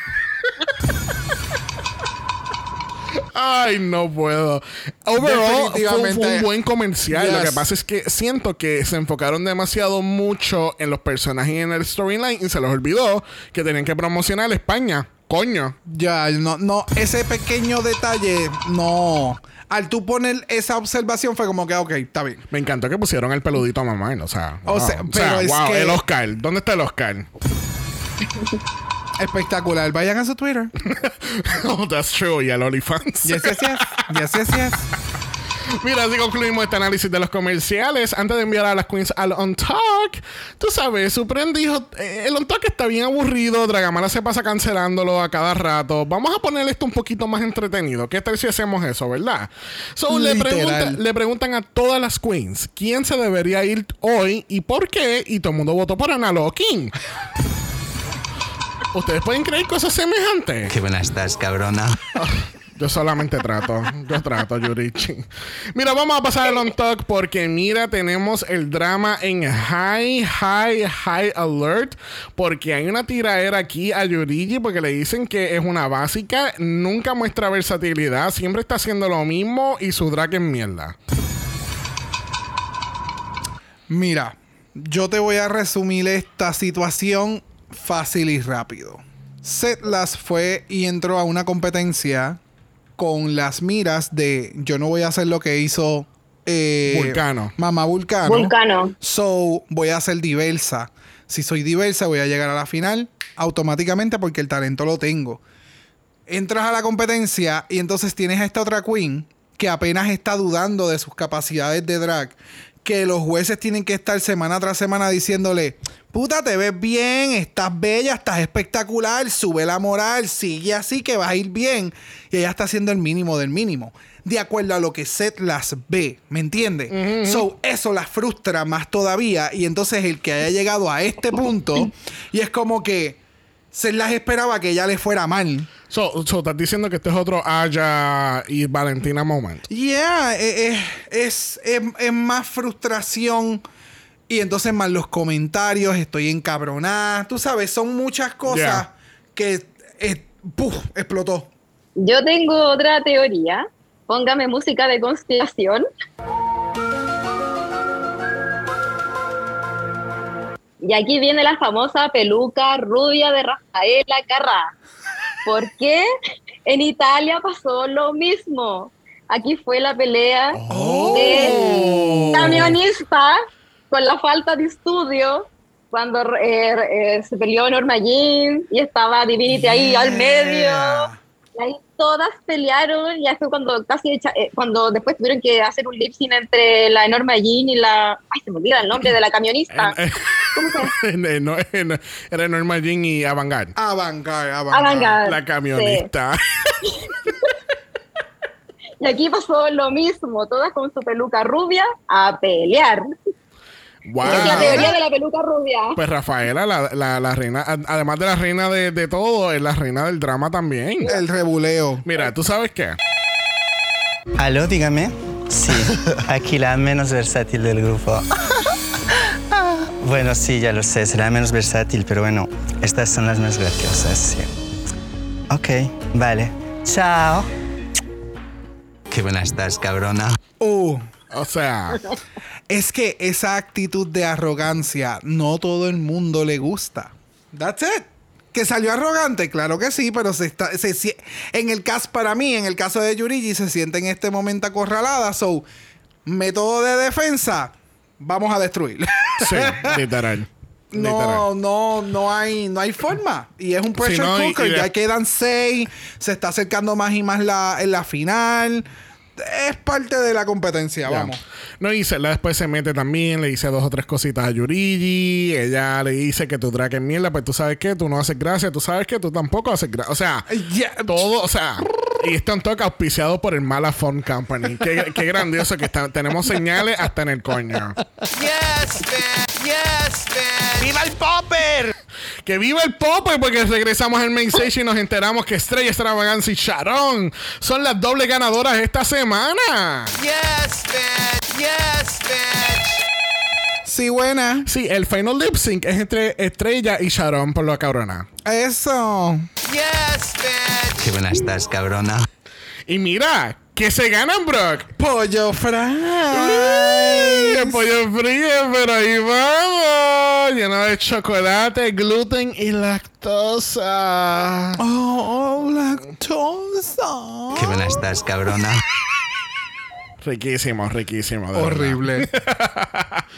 S1: Ay, no puedo. Overall, fue un buen comercial. Yes. Lo que pasa es que siento que se enfocaron demasiado mucho en los personajes y en el storyline y se les olvidó que tenían que promocionar España. Coño.
S2: Ya, no, ese pequeño detalle, no. Al tú poner esa observación fue como que, ok, está bien.
S1: Me encantó que pusieron el peludito a mamá. O sea,
S2: pero es
S1: wow,
S2: que...
S1: el Oscar. ¿Dónde está el Oscar?
S2: Espectacular. Vayan a su Twitter.
S1: Oh, that's true. Y al OnlyFans.
S2: Yes.
S1: Mira, así concluimos este análisis de los comerciales. Antes de enviar a las queens al On Talk, tú sabes, Supreme dijo, el On Talk está bien aburrido, Dragamala se pasa cancelándolo a cada rato. Vamos a poner esto un poquito más entretenido. ¿Qué tal si hacemos eso, verdad? So, le preguntan a todas las queens quién se debería ir hoy y por qué, y todo el mundo votó por Ana Loking. ¿Ustedes pueden creer cosas semejantes?
S6: Qué buena estás, cabrona.
S1: Yo solamente trato. Yo trato, Yurichi. Mira, vamos a pasar al On Talk porque, mira, tenemos el drama en high alert porque hay una tiraera aquí a Yurichi porque le dicen que es una básica, nunca muestra versatilidad, siempre está haciendo lo mismo y su drag es mierda.
S2: Mira, yo te voy a resumir esta situación fácil y rápido. Setlas fue y entró a una competencia con las miras de yo no voy a hacer lo que hizo
S1: Vulcano.
S2: Mamá Vulcano. So, voy a ser diversa. Si soy diversa, voy a llegar a la final automáticamente porque el talento lo tengo. Entras a la competencia y entonces tienes a esta otra queen que apenas está dudando de sus capacidades de drag. Que los jueces tienen que estar semana tras semana diciéndole: puta, te ves bien, estás bella, estás espectacular, sube la moral, sigue así que vas a ir bien. Y ella está haciendo el mínimo del mínimo, de acuerdo a lo que Setlas ve, ¿me entiendes? Uh-huh. So, eso la frustra más todavía. Y entonces el que haya llegado a este punto, y es como que Setlas esperaba que ella le fuera mal.
S1: So, estás diciendo que este es otro Aya y Valentina moment.
S2: Yeah, es más frustración. Y entonces más los comentarios, estoy encabronada. Tú sabes, son muchas cosas que explotó.
S5: Yo tengo otra teoría. Póngame música de conspiración. Y aquí viene la famosa peluca rubia de Rafaela Carrà. ¿Por qué en Italia pasó lo mismo? Aquí fue la pelea del camionista con la falta de estudio cuando se peleó Norma Jean y estaba Divinity ahí al medio. Y ahí todas pelearon y fue cuando cuando después tuvieron que hacer un lip sync entre la Norma Jean y la... Ay, se me olvida el nombre de la camionista. ¿Cómo se llama?
S1: Era Norma Jean y Avantgarde.
S5: Avantgarde.
S1: La camionista.
S5: Sí. Y aquí pasó lo mismo, todas con su peluca rubia a pelear.
S1: Wow.
S5: Es la teoría de la peluca rubia.
S1: Pues Rafaela, la reina, además de la reina de todo, es la reina del drama también.
S2: El rebuleo.
S1: Mira, ¿tú sabes qué?
S7: Aló, dígame. Sí, aquí la menos versátil del grupo. Bueno, sí, ya lo sé, será menos versátil, pero bueno, estas son las más graciosas, sí. Ok, vale. Chao.
S6: Qué buena estás, cabrona.
S1: O sea...
S2: Es que esa actitud de arrogancia no todo el mundo le gusta. That's it. ¿Que salió arrogante? Claro que sí, pero en el caso, para mí, en el caso de Yurichi, se siente en este momento acorralada. So, método de defensa, vamos a destruir.
S1: Sí, literal.
S2: No hay forma. Y es un pressure cooker. Ya quedan 6. Se está acercando más y más en la final. Es parte de la competencia, vamos.
S1: No, y después se mete también, le dice 2 o 3 cositas a Yurichi. Ella le dice que tu drag es mierda, pues tú sabes que tú no haces gracia, tú sabes que tú tampoco haces gracia. O sea, todo, o sea, y esto un toque auspiciado por el Mala Phone Company. Qué grandioso que tenemos señales hasta en el coño.
S3: Yes, man. Yes, man. ¡Viva el Popper!
S1: ¡Que viva el Popper! Porque regresamos al main stage y nos enteramos que Estrella Extravaganza y Sharon son las dobles ganadoras esta semana.
S3: Yes, man. Yes, man.
S2: Sí, buena.
S1: Sí, el final lip sync es entre Estrella y Sharon por la cabrona.
S2: Eso.
S3: Yes, man.
S6: Qué buena estás, cabrona.
S1: Y mira, ¿qué se ganan, Brock?
S2: Pollo fry.
S1: ¡Qué pollo frío! Pero ahí vamos. Lleno de chocolate, gluten y lactosa.
S2: Oh, lactosa.
S6: Qué buena estás, cabrona.
S1: Riquísimo, riquísimo.
S2: Horrible.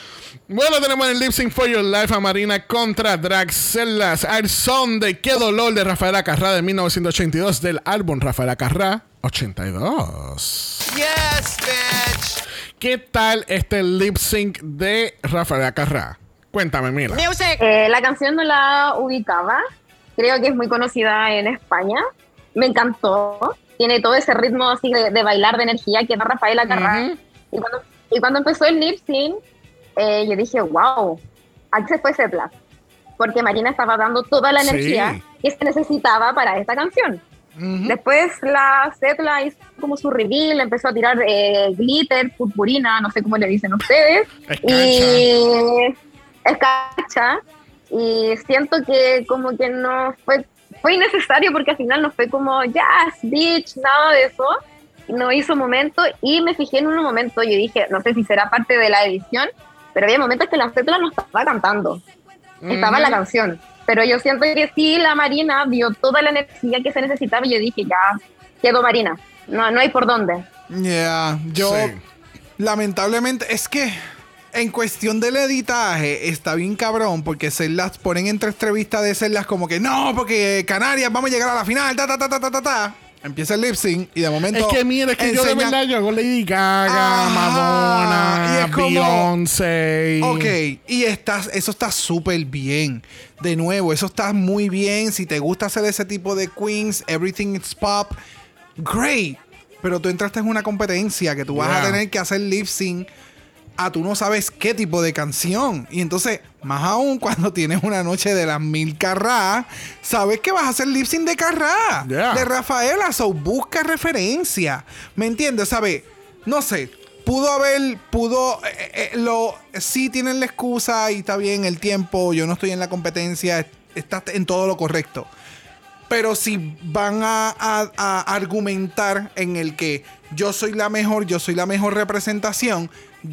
S1: Bueno, tenemos el Lip Sync for Your Life a Marina contra Draxelas al son de Qué Dolor de Rafael Acarrá de 1982 del álbum Rafael Acarrá 82.
S3: Yes, bitch.
S1: ¿Qué tal este lip sync de Rafael Acarrá? Cuéntame, Mila.
S3: Music.
S5: La canción no la ubicaba. Creo que es muy conocida en España. Me encantó. Tiene todo ese ritmo así de bailar, de energía que da Rafael Acarrá. Y cuando empezó el lip sync, yo dije, wow, aquí se fue Setlas. Porque Marina estaba dando toda la energía que se necesitaba para esta canción. Después la Setla hizo como su reveal, empezó a tirar glitter, purpurina, no sé cómo le dicen ustedes. Y escarcha. Y siento que como que no fue innecesario porque al final no fue como yes, bitch, nada de eso. No hizo momento y me fijé en un momento, yo dije, no sé si será parte de la edición, pero había momentos que la Setla no estaba cantando, estaba en la canción. Pero yo siento que sí, la Marina dio toda la energía que se necesitaba y yo dije, ya, quedó Marina. No hay por dónde.
S2: Yo lamentablemente, es que en cuestión del editaje está bien cabrón porque se las ponen entre entrevistas de serlas como que no, porque Canarias vamos a llegar a la final, Empieza el lip sync y de momento.
S1: Es que mira, es que yo de verdad yo hago Lady Gaga, Madonna,
S2: y es como,
S1: Beyoncé.
S2: Ok, y eso está súper bien. De nuevo, eso está muy bien. Si te gusta hacer ese tipo de queens, everything is pop, great. Pero tú entraste en una competencia que tú vas a tener que hacer lip sync a tú no sabes qué tipo de canción. Y entonces, más aún cuando tienes una noche de las 1000 Carrá, sabes que vas a hacer lip sync de Carrá, de Rafaela. So, busca referencia. ¿Me entiendes? ¿Sabes? No sé. Sí tienen la excusa y está bien el tiempo. Yo no estoy en la competencia. Estás en todo lo correcto. Pero si van a argumentar en el que yo soy la mejor representación,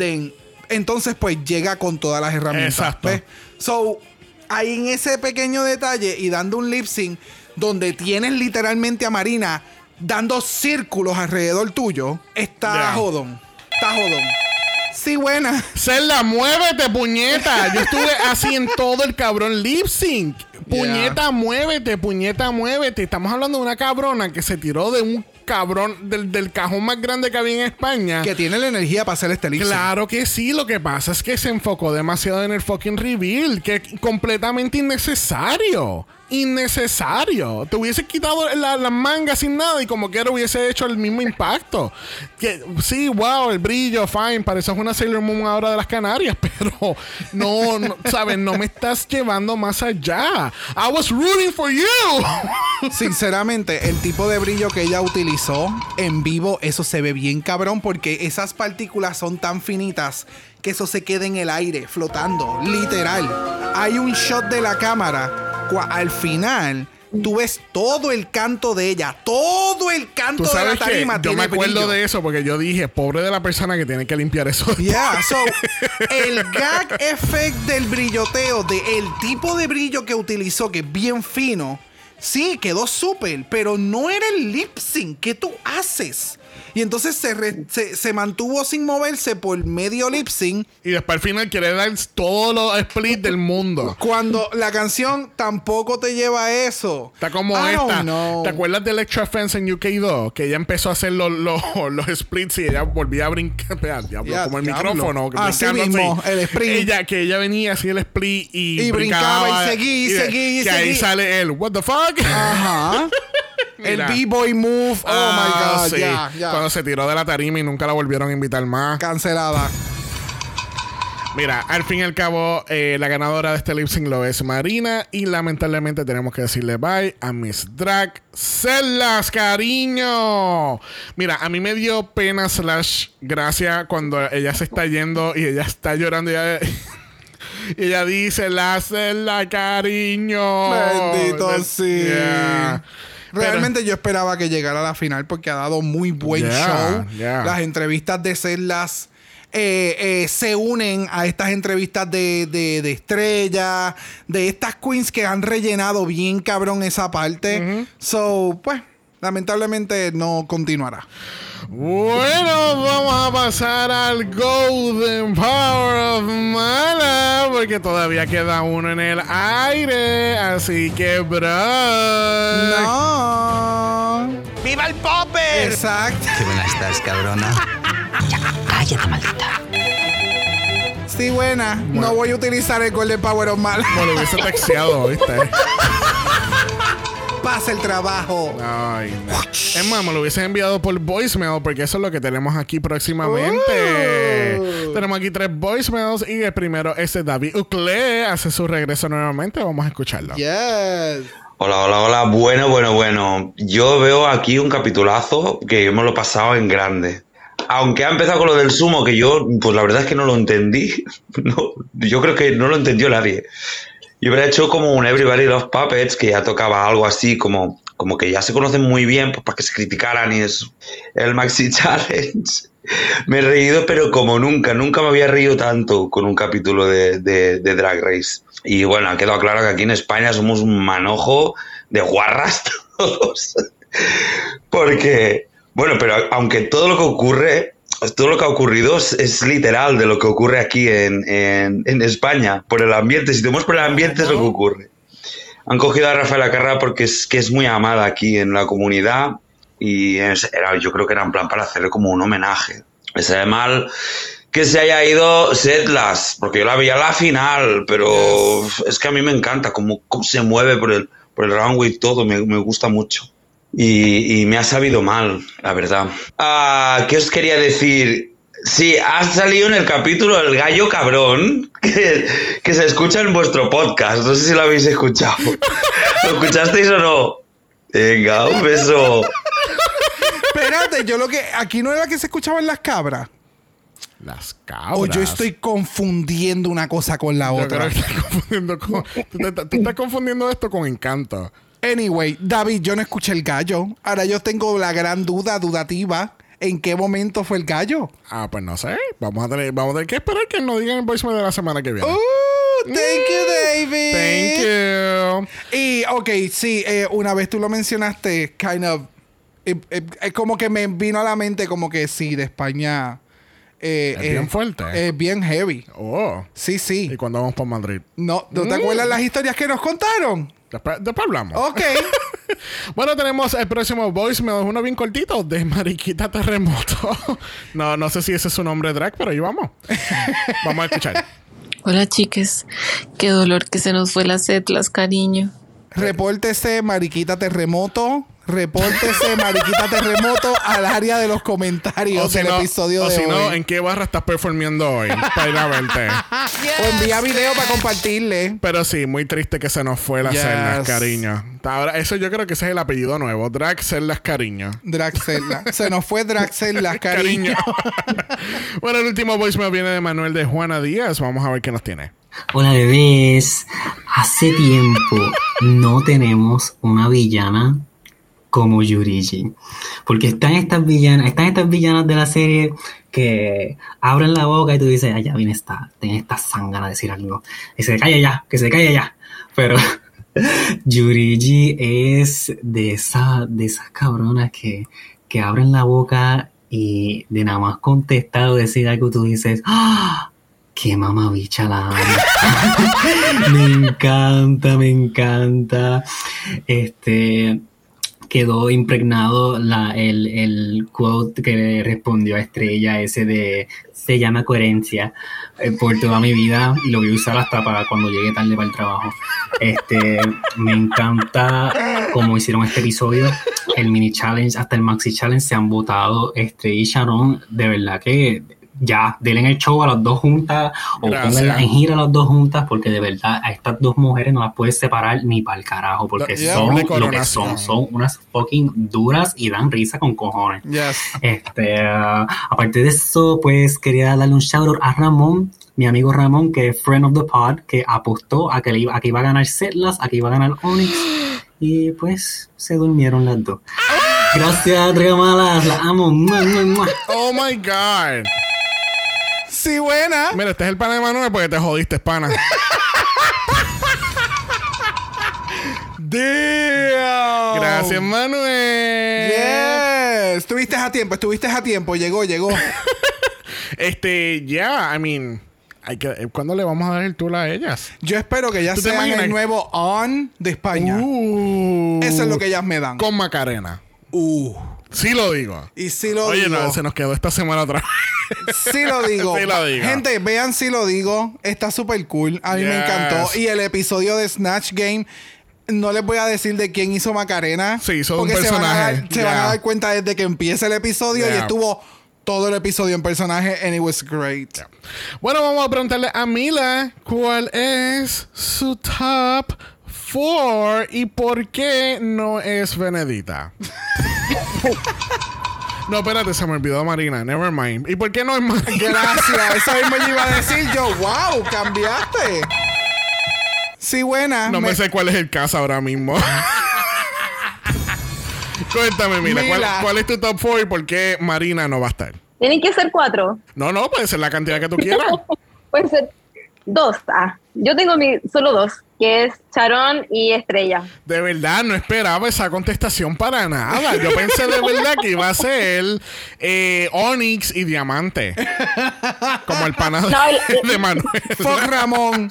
S2: entonces pues llega con todas las herramientas.
S1: Exacto.
S2: ¿Ves? So, ahí en ese pequeño detalle y dando un lip sync donde tienes literalmente a Marina dando círculos alrededor tuyo, está jodón. Está jodón. Sí, buena.
S1: Zelda, muévete, puñeta. Yo estuve así en todo el cabrón lip sync. Puñeta, muévete, puñeta, muévete. Estamos hablando de una cabrona que se tiró de un cabrón del cajón más grande que había en España.
S2: Que tiene la energía para hacer este lip sync.
S1: Claro que sí. Lo que pasa es que se enfocó demasiado en el fucking reveal, que es completamente innecesario. Innecesario. Te hubiese quitado las mangas sin nada y como quiera hubiese hecho el mismo impacto. Que sí, wow, el brillo, fine, pareces una Sailor Moon ahora de las Canarias, pero no, ¿sabes? No me estás llevando más allá. I was rooting for you.
S2: Sinceramente, el tipo de brillo que ella utilizó en vivo, eso se ve bien cabrón porque esas partículas son tan finitas que eso se queda en el aire, flotando, literal. Hay un shot de la cámara. Al final, tú ves todo el canto de ella. Todo el canto de la tarima.
S1: Yo me acuerdo de eso porque yo dije, pobre de la persona que tiene que limpiar eso.
S2: So, el gag effect del brilloteo, el tipo de brillo que utilizó, que es bien fino, sí, quedó súper, pero no era el lip sync. ¿Qué tú haces? Y entonces se mantuvo sin moverse por medio lip sync.
S1: Y después al final quiere dar todos los splits del mundo.
S2: Cuando la canción tampoco te lleva a eso.
S1: Está como esta. ¿Te acuerdas de Electra Fence en UK2? Que ella empezó a hacer los splits y ella volvía a brincar. Como el micrófono.
S2: Así mismo, el split.
S1: Ella venía así el split y
S2: brincaba y seguía.
S1: Que ahí sale el what the fuck.
S2: Ajá. El B-Boy Move. Oh my God.
S1: Sí. Cuando se tiró de la tarima y nunca la volvieron a invitar más.
S2: Cancelada.
S1: Mira, al fin y al cabo, la ganadora de este lip sync lo es Marina. Y lamentablemente tenemos que decirle bye a Miss Draxelas, cariño. Mira, a mí me dio pena / gracia cuando ella se está yendo y ella está llorando y ella dice, la cariño.
S2: Bendito sí. Realmente yo esperaba que llegara a la final porque ha dado muy buen show. Las entrevistas de Setlas se unen a estas entrevistas de estrella, de estas queens que han rellenado bien cabrón esa parte. So, pues, Lamentablemente no continuará.
S1: Bueno, vamos a pasar al Golden Power of Mala, porque todavía queda uno en el aire. Así que, bro.
S2: No.
S3: ¡Viva el Popper!
S2: Exacto.
S7: Qué buena estás, cabrona. Cállate, maldita.
S2: Sí, buena. No voy a utilizar el Golden Power of Mala.
S1: Me lo hubiese texteado, ¿viste?
S2: Pasa el trabajo.
S1: Ay, no. Es más, me lo hubiese enviado por voicemail, porque eso es lo que tenemos aquí próximamente. Tenemos aquí 3 voicemails y el primero es de David Ucle. Hace su regreso nuevamente. Vamos a escucharlo.
S2: Yes.
S8: Hola. Bueno. Yo veo aquí un capitulazo que yo me lo he pasado en grande. Aunque ha empezado con lo del sumo, que yo, pues la verdad es que no lo entendí. No, yo creo que no lo entendió nadie. Yo hubiera hecho como un Everybody Loves Puppets, que ya tocaba algo así, como que ya se conocen muy bien, pues para que se criticaran y eso. El Maxi Challenge. Me he reído, pero como nunca me había reído tanto con un capítulo de Drag Race. Y bueno, ha quedado claro que aquí en España somos un manojo de guarras todos. Porque, bueno, pero aunque todo lo que ocurre... Todo lo que ha ocurrido es literal de lo que ocurre aquí en España, por el ambiente. Si tenemos por el ambiente es lo que ocurre. Han cogido a Rafaela Carrà porque es muy amada aquí en la comunidad y yo creo que era en plan para hacerle como un homenaje. Me sabe mal que se haya ido Setlas, porque yo la veía a la final, pero es que a mí me encanta cómo se mueve por el runway y todo, me gusta mucho. Y me ha sabido mal, la verdad. ¿Qué os quería decir? Sí, ha salido en el capítulo El Gallo Cabrón, que se escucha en vuestro podcast. No sé si lo habéis escuchado. ¿Lo escuchasteis o no? Venga, un beso.
S2: Espérate, aquí no era que se escuchaban las cabras.
S1: Las cabras.
S2: O yo estoy confundiendo una cosa con la otra.
S1: Creo que estás confundiendo tú estás confundiendo esto con Encanto.
S2: Anyway, David, yo no escuché el gallo. Ahora yo tengo la gran dudativa. ¿En qué momento fue el gallo?
S1: Pues no sé. Vamos a tener que esperar que nos digan el voicemail de la semana que viene.
S2: Thank you, David.
S1: Thank you.
S2: Y, ok, sí, una vez tú lo mencionaste, kind of... Es como que me vino a la mente como que sí, de España...
S1: es bien fuerte.
S2: Es bien heavy.
S1: Oh.
S2: Sí.
S1: ¿Y cuando vamos para Madrid?
S2: ¿No te acuerdas las historias que nos contaron?
S1: Después hablamos.
S2: Ok.
S1: Bueno, tenemos el próximo voicemail, uno bien cortito, de Mariquita Terremoto. No sé si ese es su nombre drag, pero ahí vamos. Vamos a escuchar.
S9: Hola, chiques. Qué dolor que se nos fue la Setlas, cariño.
S2: Repórtese, Mariquita Terremoto. Al área de los comentarios del episodio de hoy.
S1: O si no, ¿en qué barra estás performando hoy? Para ir a verte.
S2: O envía video para compartirle.
S1: Pero sí, muy triste que se nos fue la Setlas, cariño. Ahora, eso yo creo que ese es el apellido nuevo. Drag Setlas, cariño.
S2: Drag Setlas. Se nos fue Drag Setlas, cariño.
S1: Bueno, el último voicemail viene de Manuel de Juana Díaz. Vamos a ver qué nos tiene.
S10: Hola, bebés. Hace tiempo no tenemos una villana como Yurigi, porque están estas villanas de la serie que abren la boca y tú dices, ya viene tiene esta zángana de decir algo, que se calle ya, pero Yurigi es de esas cabronas que abren la boca y de nada más contestar o decir algo tú dices, ¡ah! ¡Qué mamabicha la amo! Me encanta. Quedó impregnado el quote que le respondió a Estrella, ese de se llama coherencia, por toda mi vida, y lo voy a usar hasta para cuando llegue tarde para el trabajo. Me encanta cómo hicieron este episodio, el mini challenge hasta el maxi challenge se han votado. Estrella y Sharon, de verdad que ya, denle en el show a las dos juntas o pónganlas en gira a las dos juntas, porque de verdad a estas dos mujeres no las puedes separar ni para el carajo, porque son lo que son unas fucking duras y dan risa con cojones. Aparte de eso, pues quería darle un shout out a Ramón, mi amigo Ramón, que es friend of the pod, que apostó a que iba a ganar Setlas, a que iba a ganar Onyx, y pues se durmieron las dos. Gracias, Dragamalas, la amo.
S1: Oh my God.
S2: Sí, buena.
S1: Mira, este es el pana de Manuel porque te jodiste, pana.
S2: Damn.
S1: Gracias, Manuel.
S2: Yes. Estuviste a tiempo. Llegó.
S1: I mean, ¿cuándo le vamos a dar el tour a ellas?
S2: Yo espero que ellas sean el nuevo on de España. Eso es lo que ellas me dan.
S1: Con Macarena. Sí lo digo.
S2: Y sí lo
S1: digo. Oye, no, se nos quedó esta semana atrás.
S2: Sí lo digo.
S1: Sí lo digo.
S2: Gente, vean Sí lo digo. Está súper cool. A mí me encantó. Y el episodio de Snatch Game, no les voy a decir de quién hizo Macarena.
S1: Sí, hizo un personaje.
S2: Se van a dar cuenta desde que empieza el episodio y estuvo todo el episodio en personaje and it was great.
S1: Bueno, vamos a preguntarle a Mila cuál es su top 4 y por qué no es Benedita. No, espérate, se me olvidó Marina. Never mind. ¿Y por qué no es Marina?
S2: Gracias. Eso mismo yo iba a decir yo. ¡Wow! ¡Cambiaste! Sí, buena.
S1: No me sé cuál es el caso ahora mismo. Cuéntame, Mila. ¿Cuál es tu top 4 y por qué Marina no va a estar?
S5: Tienen que ser 4.
S1: No, puede ser la cantidad que tú quieras.
S5: Puede ser 2. Yo tengo solo 2, que es Sharon y Estrella.
S1: De verdad, no esperaba esa contestación para nada. Yo pensé de verdad que iba a ser Onyx y Diamante. Como el pana de Manuel.
S2: Fuck Ramón.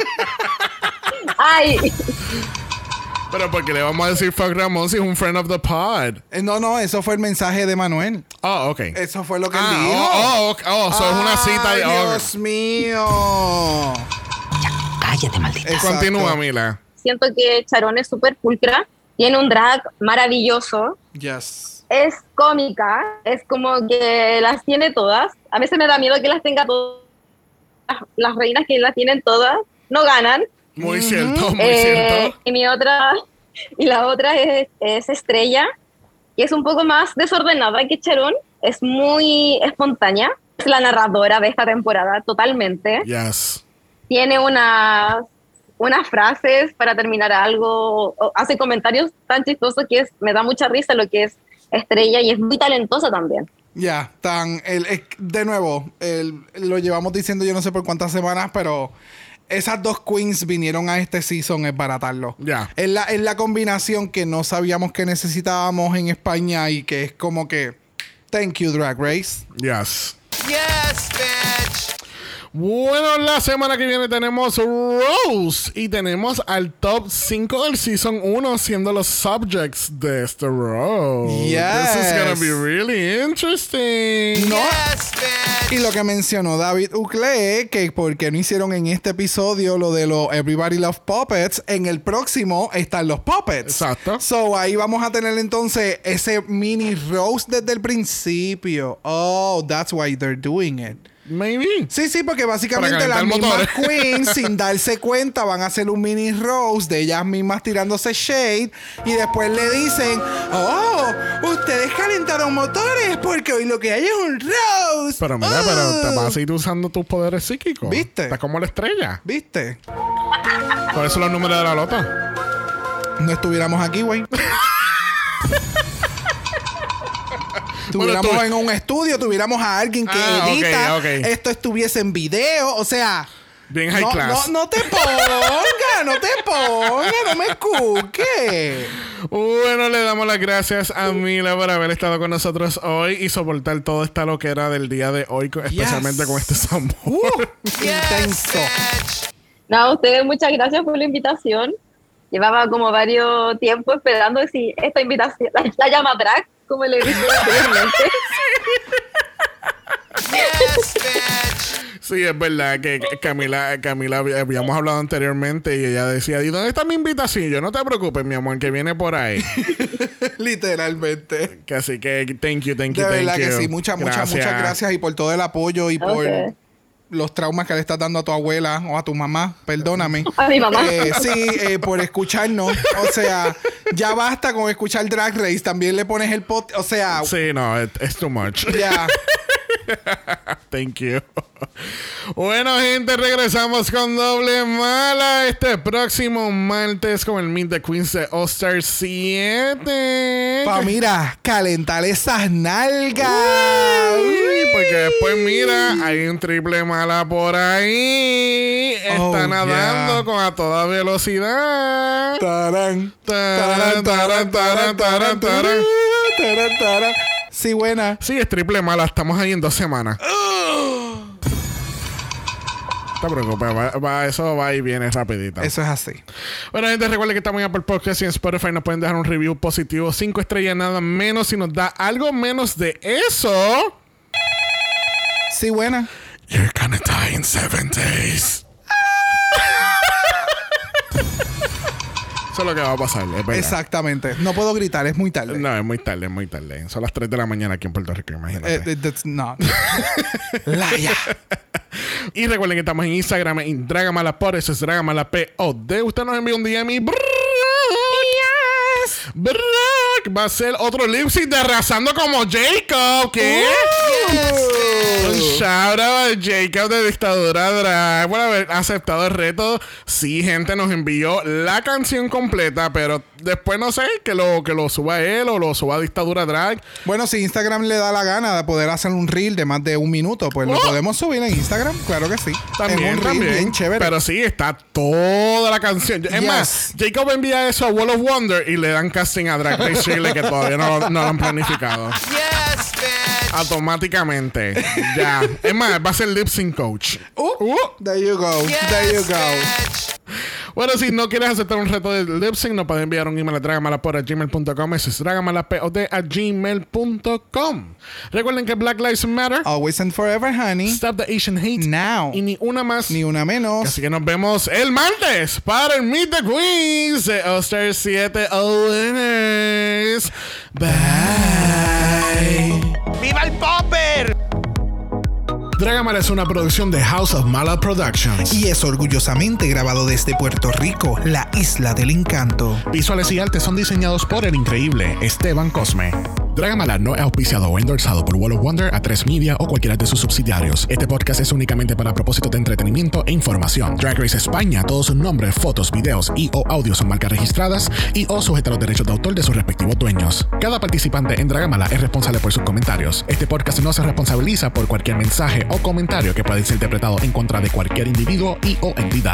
S5: Ay.
S1: Pero ¿por qué le vamos a decir fuck Ramón si es un friend of the pod?
S2: No, eso fue el mensaje de Manuel.
S1: Oh, ok.
S2: Eso fue lo que él dijo.
S1: Eso es una cita de...
S2: Dios mío.
S6: Cállate, maldita.
S1: Continúa, Mila.
S5: Siento que Sharon es súper pulcra. Tiene un drag maravilloso.
S2: Yes.
S5: Es cómica. Es como que las tiene todas. A veces me da miedo que las tenga todas. Las reinas que las tienen todas no ganan.
S1: Muy cierto, muy cierto.
S5: Y la otra es Estrella, que es un poco más desordenada que Sharon. Es muy espontánea. Es la narradora de esta temporada, totalmente.
S1: Yes.
S5: Tiene unas frases para terminar algo. Hace comentarios tan chistosos que me da mucha risa lo que es Estrella, y es muy talentosa también.
S2: De nuevo, lo llevamos diciendo yo no sé por cuántas semanas, pero... Esas dos queens vinieron a este season a esbaratarlo. Es la combinación que no sabíamos que necesitábamos en España y que es como que... Thank you, Drag Race.
S1: Yes.
S3: Yes, bitch.
S1: Bueno, la semana que viene tenemos Rose y tenemos al top 5 del Season 1 siendo los subjects de este Rose.
S2: Yes.
S1: This is gonna be really interesting.
S2: No.
S3: Yes, bitch.
S2: Y lo que mencionó David Uclé, que por qué no hicieron en este episodio lo de los Everybody Love Puppets, en el próximo están los Puppets.
S1: Exacto.
S2: So ahí vamos a tener entonces ese mini Rose desde el principio. Oh, that's why they're doing it.
S1: Maybe.
S2: Sí, porque básicamente las mismas queens, sin darse cuenta, van a hacer un mini roast de ellas mismas tirándose shade. Y después le dicen, oh, ustedes calentaron motores porque hoy lo que hay es un roast.
S1: Pero mira, pero te vas a seguir usando tus poderes psíquicos.
S2: ¿Viste?
S1: Estás como la estrella.
S2: ¿Viste?
S1: ¿Cuáles son los números de la lota?
S2: No estuviéramos aquí, güey. Tuviéramos en un estudio, tuviéramos a alguien que edita, esto estuviese en video, o sea...
S1: Bien high class.
S2: No te pongas, no me cuques.
S1: Bueno, le damos las gracias a Mila por haber estado con nosotros hoy y soportar toda esta loquera del día de hoy, especialmente con este sabor.
S2: Intenso.
S5: No, a ustedes muchas gracias por la invitación. Llevaba como varios tiempo esperando si esta invitación, la llama drag, como le dije anteriormente.
S1: Sí, es verdad que Camila habíamos hablado anteriormente y ella decía, ¿y dónde está mi invitación? Yo, no te preocupes, mi amor, que viene por ahí.
S2: Literalmente.
S1: Así que thank you.
S2: De verdad que sí, muchas gracias y por todo el apoyo y por los traumas que le estás dando a tu abuela o a tu mamá, perdóname.
S5: A mi mamá.
S2: Por escucharnos. O sea, ya basta con escuchar Drag Race. También le pones el pot. O sea.
S1: Sí, no, es too much.
S2: Ya.
S1: Thank you. Bueno, gente, regresamos con Doble Mala este próximo martes con el Meet the Queens de All Star 7.
S2: Mira, calentar esas nalgas.
S1: Uy, porque después mira, hay un triple mala por ahí. Está nadando con a toda velocidad.
S2: Tarán. Sí, buena.
S1: Sí, es triple mala. Estamos ahí en 2 semanas. No te preocupes, eso va y viene rapidito.
S2: Eso es así.
S1: Bueno, gente, recuerden que estamos en Apple Podcast y en Spotify. Nos pueden dejar un review positivo, 5 estrellas, nada menos. Si nos da algo menos de eso...
S2: Sí, buena.
S1: You're gonna die in 7 days. Eso es lo que va a pasar, es verdad.
S2: Exactamente. No puedo gritar, es muy tarde.
S1: No, es muy tarde, es muy tarde. Son las 3 de la mañana aquí en Puerto Rico, imagínate.
S2: No. Laya.
S1: Y recuerden que estamos en Instagram en Dragamala, eso es Dragamala_POD. Usted nos envía un DM y... va a ser otro lip sync de Arrasando como Jacob. ¿Qué? Un shout out a Jacob de Dictadura Drag por haber aceptado el reto. Sí, gente, nos envió la canción completa, pero después no sé, que lo suba él o lo suba a Dictadura Drag.
S2: Bueno, si Instagram le da la gana de poder hacer un reel de más de 1 minuto, pues lo podemos subir en Instagram. Claro que sí.
S1: También,
S2: un reel bien chévere.
S1: Pero sí, está toda la canción. Es más, Jacob envía eso a Wall of Wonder y le dan casting a Drag Race Chile, que todavía no lo han planificado.
S3: Yes, bitch.
S1: Automáticamente. Ya. Es más, va a ser lip sync coach.
S2: There you go.
S3: Yes,
S2: There you go.
S3: bitch.
S1: Bueno, si no quieres aceptar un reto de lip sync, nos pueden enviar un email a dragamalapod@gmail.com. Eso es dragamalapod@gmail.com. Recuerden que Black Lives Matter.
S2: Always and forever, honey.
S1: Stop the Asian hate.
S2: Now.
S1: Y ni una más.
S2: Ni una menos.
S1: Así que nos vemos el martes para el Meet the Queens de All Star 7 Winners. Bye.
S3: ¡Viva el popper!
S1: Dragamala es una producción de House of Mala Productions.
S2: Y es orgullosamente grabado desde Puerto Rico, la isla del encanto.
S1: Visuales y artes son diseñados por el increíble Esteban Cosme. Dragamala no es auspiciado o endorsado por Wall of Wonder, A3 Media o cualquiera de sus subsidiarios. Este podcast es únicamente para propósitos de entretenimiento e información. Drag Race España, todos sus nombres, fotos, videos y o audios son marcas registradas y o sujetas a los derechos de autor de sus respectivos dueños. Cada participante en Dragamala es responsable por sus comentarios. Este podcast no se responsabiliza por cualquier mensaje o comentario que pueda ser interpretado en contra de cualquier individuo y o entidad.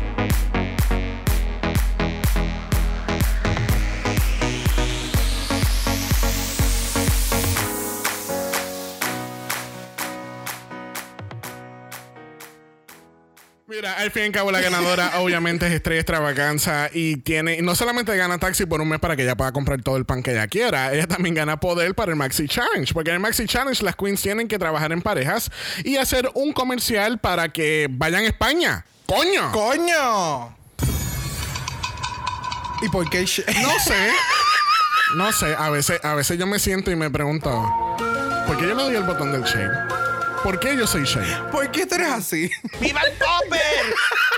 S1: Mira, al fin y al cabo la ganadora obviamente es Estrella Extravaganza y no solamente gana taxi por un mes para que ella pueda comprar todo el pan que ella quiera, ella también gana poder para el Maxi Challenge, porque en el Maxi Challenge las queens tienen que trabajar en parejas y hacer un comercial para que vayan a España. ¡Coño!
S2: ¡Coño! ¿Y por qué? No sé,
S1: a veces yo me siento y me pregunto, ¿por qué yo le doy el botón del shade? ¿Por qué yo soy shade?
S2: ¿Por qué tú eres así?
S3: ¡Viva el popper!